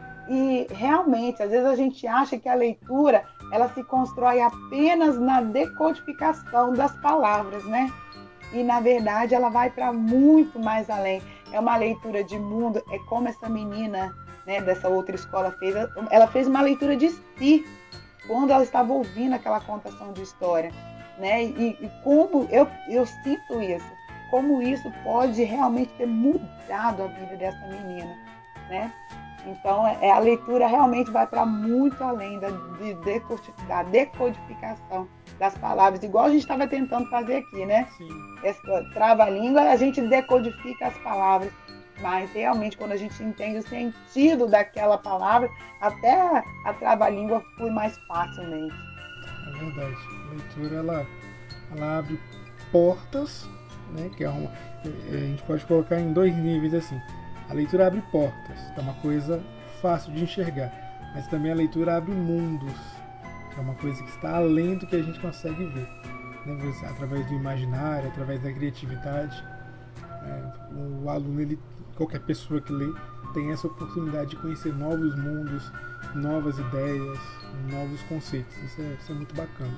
E realmente, às vezes a gente acha que a leitura, ela se constrói apenas na decodificação das palavras, né? E, na verdade, ela vai para muito mais além. É uma leitura de mundo, é como essa menina, né, dessa outra escola fez. Ela fez uma leitura de si, quando ela estava ouvindo aquela contação de história. Né? E, e como eu, eu sinto isso, como isso pode realmente ter mudado a vida dessa menina. Né? Então, é, a leitura realmente vai para muito além da, de, da decodificação das palavras, igual a gente estava tentando fazer aqui, né? Sim. Essa trava-língua, a gente decodifica as palavras, mas realmente quando a gente entende o sentido daquela palavra, até a, a trava-língua flui mais facilmente. É verdade. A leitura, ela, ela abre portas, né? Que é uma, a gente pode colocar em dois níveis assim. A leitura abre portas, que é uma coisa fácil de enxergar, mas também a leitura abre mundos, que é uma coisa que está além do que a gente consegue ver, né? Através do imaginário, através da criatividade. É, o aluno, ele, qualquer pessoa que lê, tem essa oportunidade de conhecer novos mundos, novas ideias, novos conceitos. Isso é, isso é muito bacana.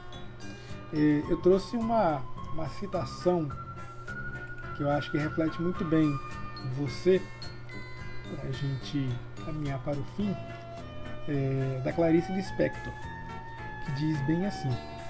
É, eu trouxe uma, uma citação que eu acho que reflete muito bem você, para a gente caminhar para o fim, é, da Clarice Lispector, que diz bem assim: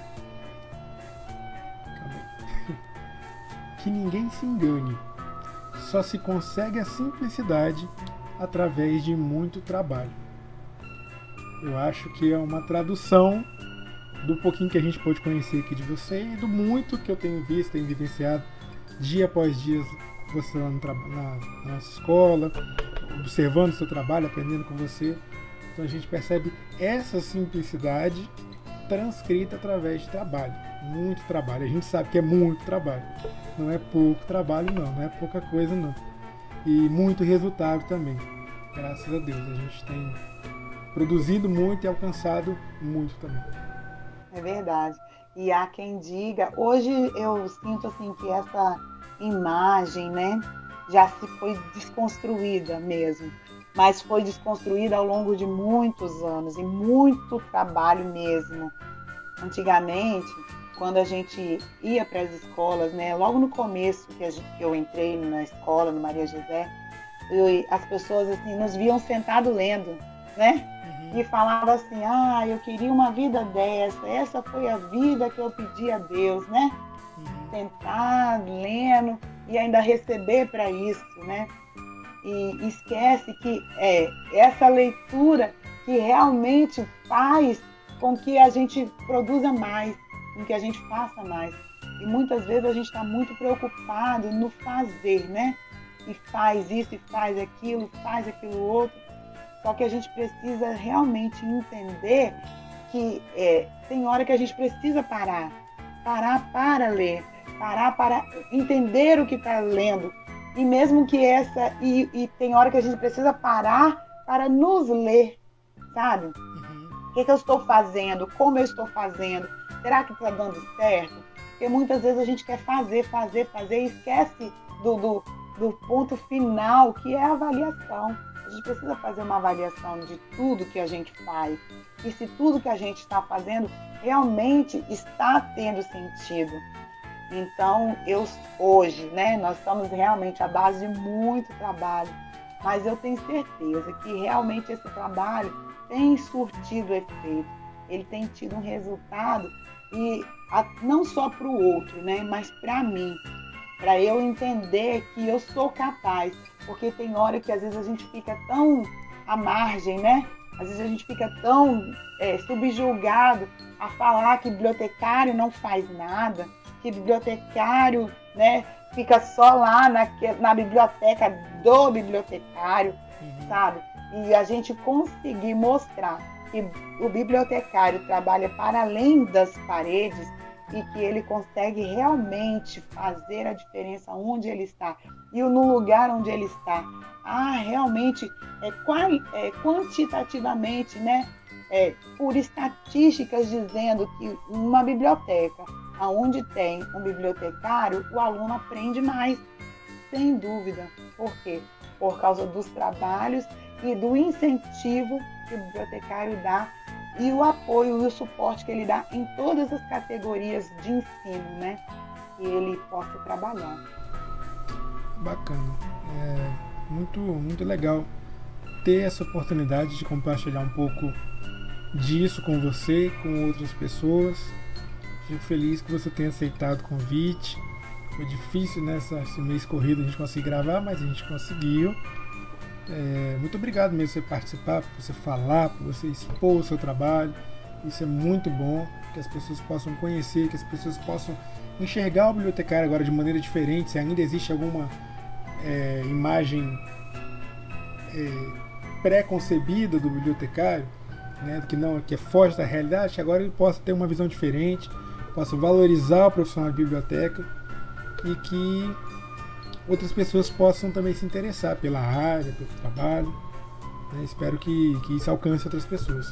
que ninguém se engane, só se consegue a simplicidade através de muito trabalho. Eu acho que é uma tradução do pouquinho que a gente pôde conhecer aqui de você e do muito que eu tenho visto, tenho vivenciado dia após dia, você lá no tra- na, na nossa escola, observando o seu trabalho, aprendendo com você. Então a gente percebe essa simplicidade transcrita através de trabalho, muito trabalho. A gente sabe que é muito trabalho, não é pouco trabalho não, não é pouca coisa não. E muito resultado também, graças a Deus. A gente tem produzido muito e alcançado muito também. É verdade. E há quem diga, hoje eu sinto assim que essa imagem, né, já se foi desconstruída mesmo, mas foi desconstruída ao longo de muitos anos e muito trabalho mesmo. Antigamente, quando a gente ia para as escolas, né, logo no começo que, a gente, que eu entrei na escola, no Maria José, eu, as pessoas assim, nos viam sentado lendo, né? Uhum. E falavam assim, ah, eu queria uma vida dessa, essa foi a vida que eu pedi a Deus, né? Uhum. Sentado, lendo e ainda receber para isso, né? E esquece que é essa leitura que realmente faz com que a gente produza mais, com que a gente faça mais. E muitas vezes a gente está muito preocupado no fazer, né? E faz isso, e faz aquilo, faz aquilo outro. Só que a gente precisa realmente entender que é, tem hora que a gente precisa parar, parar para ler, parar para entender o que está lendo. E mesmo que essa, e, e tem hora que a gente precisa parar para nos ler, sabe? Uhum. O que, que eu estou fazendo? Como eu estou fazendo? Será que está dando certo? Porque muitas vezes a gente quer fazer, fazer, fazer e esquece do, do, do ponto final, que é a avaliação. A gente precisa fazer uma avaliação de tudo que a gente faz. E se tudo que a gente está fazendo realmente está tendo sentido. Então, eu hoje, né, nós estamos realmente à base de muito trabalho, mas eu tenho certeza que realmente esse trabalho tem surtido efeito. Ele tem tido um resultado, e a, não só para o outro, né, mas para mim, para eu entender que eu sou capaz, porque tem hora que às vezes a gente fica tão à margem, né? Às vezes a gente fica tão é, subjugado a falar que bibliotecário não faz nada, que bibliotecário, né, fica só lá na, na biblioteca do bibliotecário, uhum. sabe? E a gente conseguir mostrar que o bibliotecário trabalha para além das paredes e que ele consegue realmente fazer a diferença onde ele está e no lugar onde ele está. Ah, realmente, é, qual, é, quantitativamente, né, é, por estatísticas dizendo que uma biblioteca onde tem um bibliotecário, o aluno aprende mais, sem dúvida. Por quê? Por causa dos trabalhos e do incentivo que o bibliotecário dá e o apoio e o suporte que ele dá em todas as categorias de ensino, né? Que ele possa trabalhar. Bacana. É muito, muito legal ter essa oportunidade de compartilhar um pouco disso com você, com outras pessoas. Fico feliz que você tenha aceitado o convite. Foi difícil nessa esse mês corrido a gente conseguir gravar, mas a gente conseguiu. É, muito obrigado mesmo por você participar, por você falar, por você expor o seu trabalho. Isso é muito bom, que as pessoas possam conhecer, que as pessoas possam enxergar o bibliotecário agora de maneira diferente. Se ainda existe alguma é, imagem é, pré-concebida do bibliotecário, né, que não, que é foge da realidade, que agora ele possa ter uma visão diferente, possa valorizar o profissional de biblioteca e que outras pessoas possam também se interessar pela área, pelo trabalho. Né? Espero que, que isso alcance outras pessoas.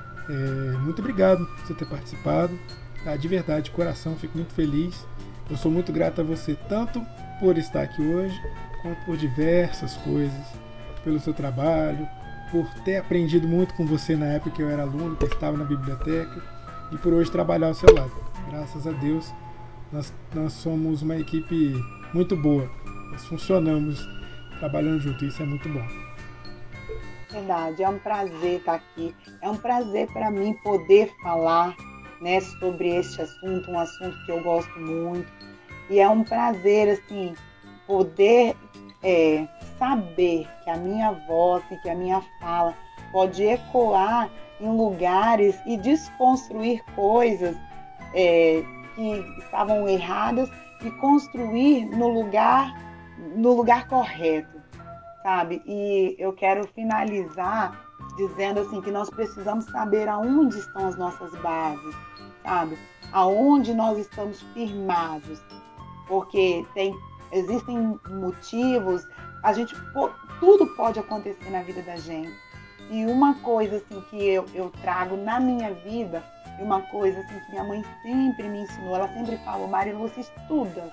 É, muito obrigado por você ter participado. Tá? De verdade, de coração, fico muito feliz. Eu sou muito grato a você, tanto por estar aqui hoje, quanto por diversas coisas, pelo seu trabalho, por ter aprendido muito com você na época que eu era aluno, que eu estava na biblioteca, e por hoje trabalhar ao seu lado. Graças a Deus, nós, nós somos uma equipe muito boa. Nós funcionamos trabalhando junto, isso é muito bom. Verdade, é um prazer estar aqui. É um prazer para mim poder falar, né, sobre este assunto, um assunto que eu gosto muito. E é um prazer, assim, poder é, saber que a minha voz e que a minha fala pode ecoar em lugares e desconstruir coisas é, que estavam erradas e construir no lugar, no lugar correto, sabe? E eu quero finalizar dizendo assim que nós precisamos saber aonde estão as nossas bases, sabe? Aonde nós estamos firmados, porque tem, existem motivos, a gente, tudo pode acontecer na vida da gente. E uma coisa assim que eu, eu trago na minha vida, e uma coisa assim que minha mãe sempre me ensinou, ela sempre falou: Marilu, você estuda.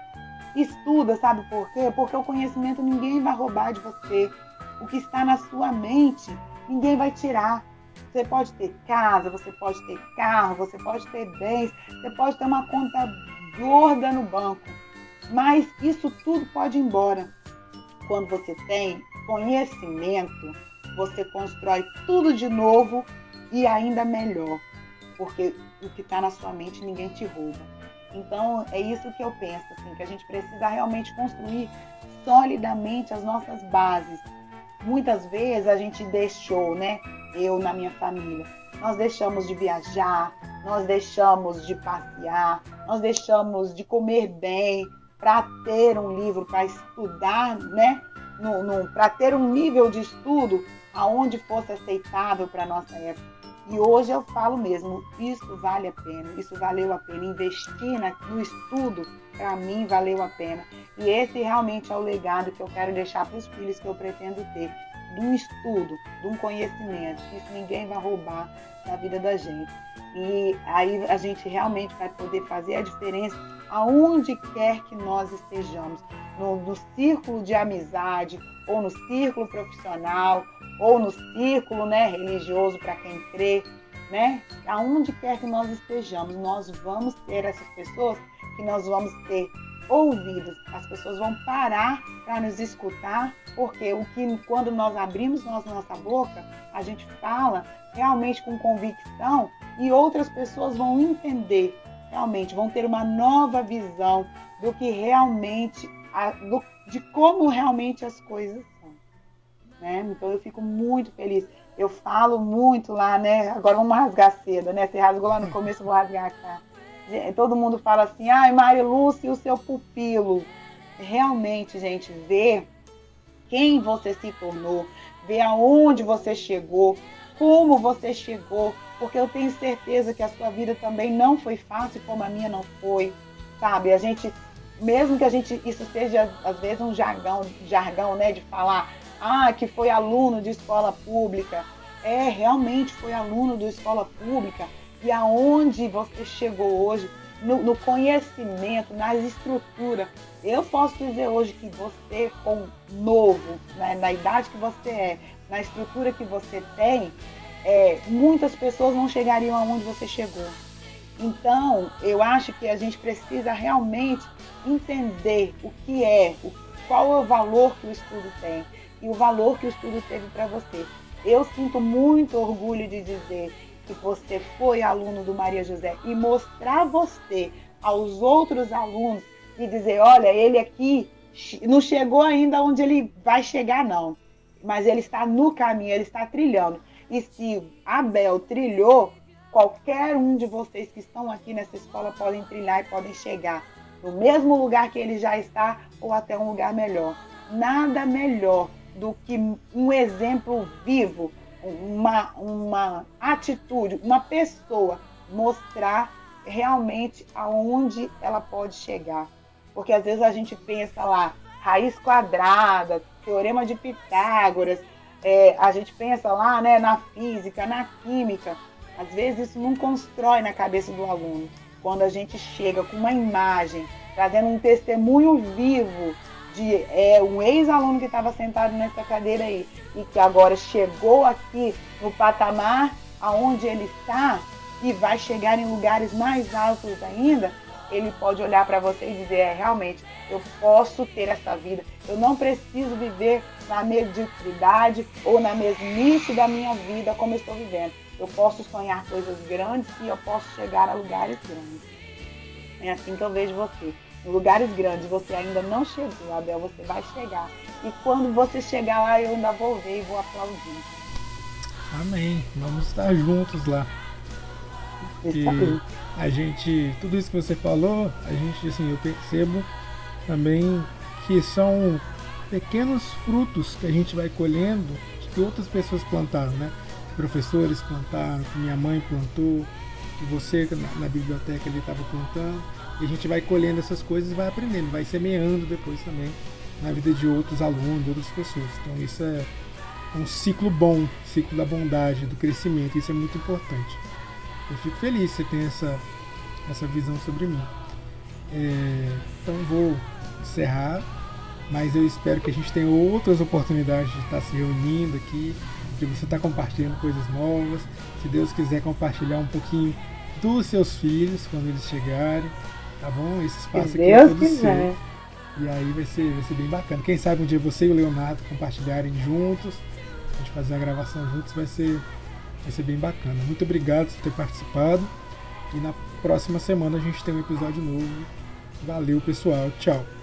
Estuda, sabe por quê? Porque o conhecimento ninguém vai roubar de você. O que está na sua mente, ninguém vai tirar. Você pode ter casa, você pode ter carro, você pode ter bens, você pode ter uma conta gorda no banco. Mas isso tudo pode ir embora. Quando você tem conhecimento, você constrói tudo de novo e ainda melhor. Porque o que está na sua mente ninguém te rouba. Então é isso que eu penso, assim, que a gente precisa realmente construir solidamente as nossas bases. Muitas vezes a gente deixou, né? Eu na minha família, nós deixamos de viajar, nós deixamos de passear, nós deixamos de comer bem para ter um livro, para estudar, né? No, no, para ter um nível de estudo aonde fosse aceitável para a nossa época. E hoje eu falo mesmo, isso vale a pena, isso valeu a pena. Investir na, no estudo, para mim, valeu a pena. E esse realmente é o legado que eu quero deixar para os filhos que eu pretendo ter. De um estudo, de um conhecimento, que isso ninguém vai roubar na vida da gente. E aí a gente realmente vai poder fazer a diferença aonde quer que nós estejamos. No, no círculo de amizade, ou no círculo profissional, ou no círculo, né, religioso para quem crê, né? Aonde quer que nós estejamos, nós vamos ter essas pessoas que nós vamos ter ouvidos. As pessoas vão parar para nos escutar, porque o que quando nós abrimos nossa boca, a gente fala realmente com convicção e outras pessoas vão entender, realmente vão ter uma nova visão do que realmente, do, de como realmente as coisas são, né? Então eu fico muito feliz. Eu falo muito lá, né? Agora vamos rasgar cedo, né? Você rasgou lá no começo, eu vou rasgar cá. Todo mundo fala assim, ai, Marilúcia, o seu pupilo. Realmente, gente, ver quem você se tornou, ver aonde você chegou, como você chegou, porque eu tenho certeza que a sua vida também não foi fácil como a minha não foi, sabe? A gente, mesmo que a gente, isso seja às vezes um jargão, jargão, né, de falar, ah, que foi aluno de escola pública, é, realmente foi aluno de escola pública, e aonde você chegou hoje, no, no conhecimento, nas estruturas. Eu posso dizer hoje que você, com novo, né, na idade que você é, na estrutura que você tem, é, muitas pessoas não chegariam aonde você chegou. Então, eu acho que a gente precisa realmente entender o que é, o, qual é o valor que o estudo tem e o valor que o estudo teve para você. Eu sinto muito orgulho de dizer que você foi aluno do Maria José e mostrar você aos outros alunos e dizer, olha, ele aqui não chegou ainda onde ele vai chegar, não. Mas ele está no caminho, ele está trilhando. E se Abel trilhou, qualquer um de vocês que estão aqui nessa escola podem trilhar e podem chegar no mesmo lugar que ele já está ou até um lugar melhor. Nada melhor do que um exemplo vivo, uma, uma atitude, uma pessoa mostrar realmente aonde ela pode chegar. Porque às vezes a gente pensa lá, raiz quadrada, teorema de Pitágoras, é, a gente pensa lá, né, na física, na química. Às vezes isso não constrói na cabeça do aluno. Quando a gente chega com uma imagem, trazendo um testemunho vivo de é, um ex-aluno que estava sentado nessa cadeira aí e que agora chegou aqui no patamar aonde ele está e vai chegar em lugares mais altos ainda, ele pode olhar para você e dizer, é, realmente, eu posso ter essa vida, eu não preciso viver na mediocridade ou na mesmice da minha vida como eu estou vivendo. Eu posso sonhar coisas grandes e eu posso chegar a lugares grandes. É assim que eu vejo você. Em lugares grandes você ainda não chegou, Abel, você vai chegar. E quando você chegar lá, eu ainda vou ver e vou aplaudir. Amém. Vamos estar juntos lá. Isso aí. A gente, tudo isso que você falou, a gente, assim, eu percebo também que são pequenos frutos que a gente vai colhendo que outras pessoas plantaram, né? Professores plantaram, que minha mãe plantou, que você na, na biblioteca ele estava plantando, e a gente vai colhendo essas coisas e vai aprendendo, vai semeando depois também na vida de outros alunos, de outras pessoas. Então isso é um ciclo bom, ciclo da bondade, do crescimento, isso é muito importante. Eu fico feliz que você tenha essa, essa visão sobre mim. É, então vou encerrar, mas eu espero que a gente tenha outras oportunidades de estar se reunindo aqui, de você estar compartilhando coisas novas, se Deus quiser compartilhar um pouquinho dos seus filhos quando eles chegarem, tá bom? Esse espaço se aqui é Deus todo quiser. seu. E aí vai ser, vai ser bem bacana. Quem sabe um dia você e o Leonardo compartilharem juntos, a gente fazer a gravação juntos, vai ser, vai ser bem bacana. Muito obrigado por ter participado e na próxima semana a gente tem um episódio novo. Valeu, pessoal. Tchau.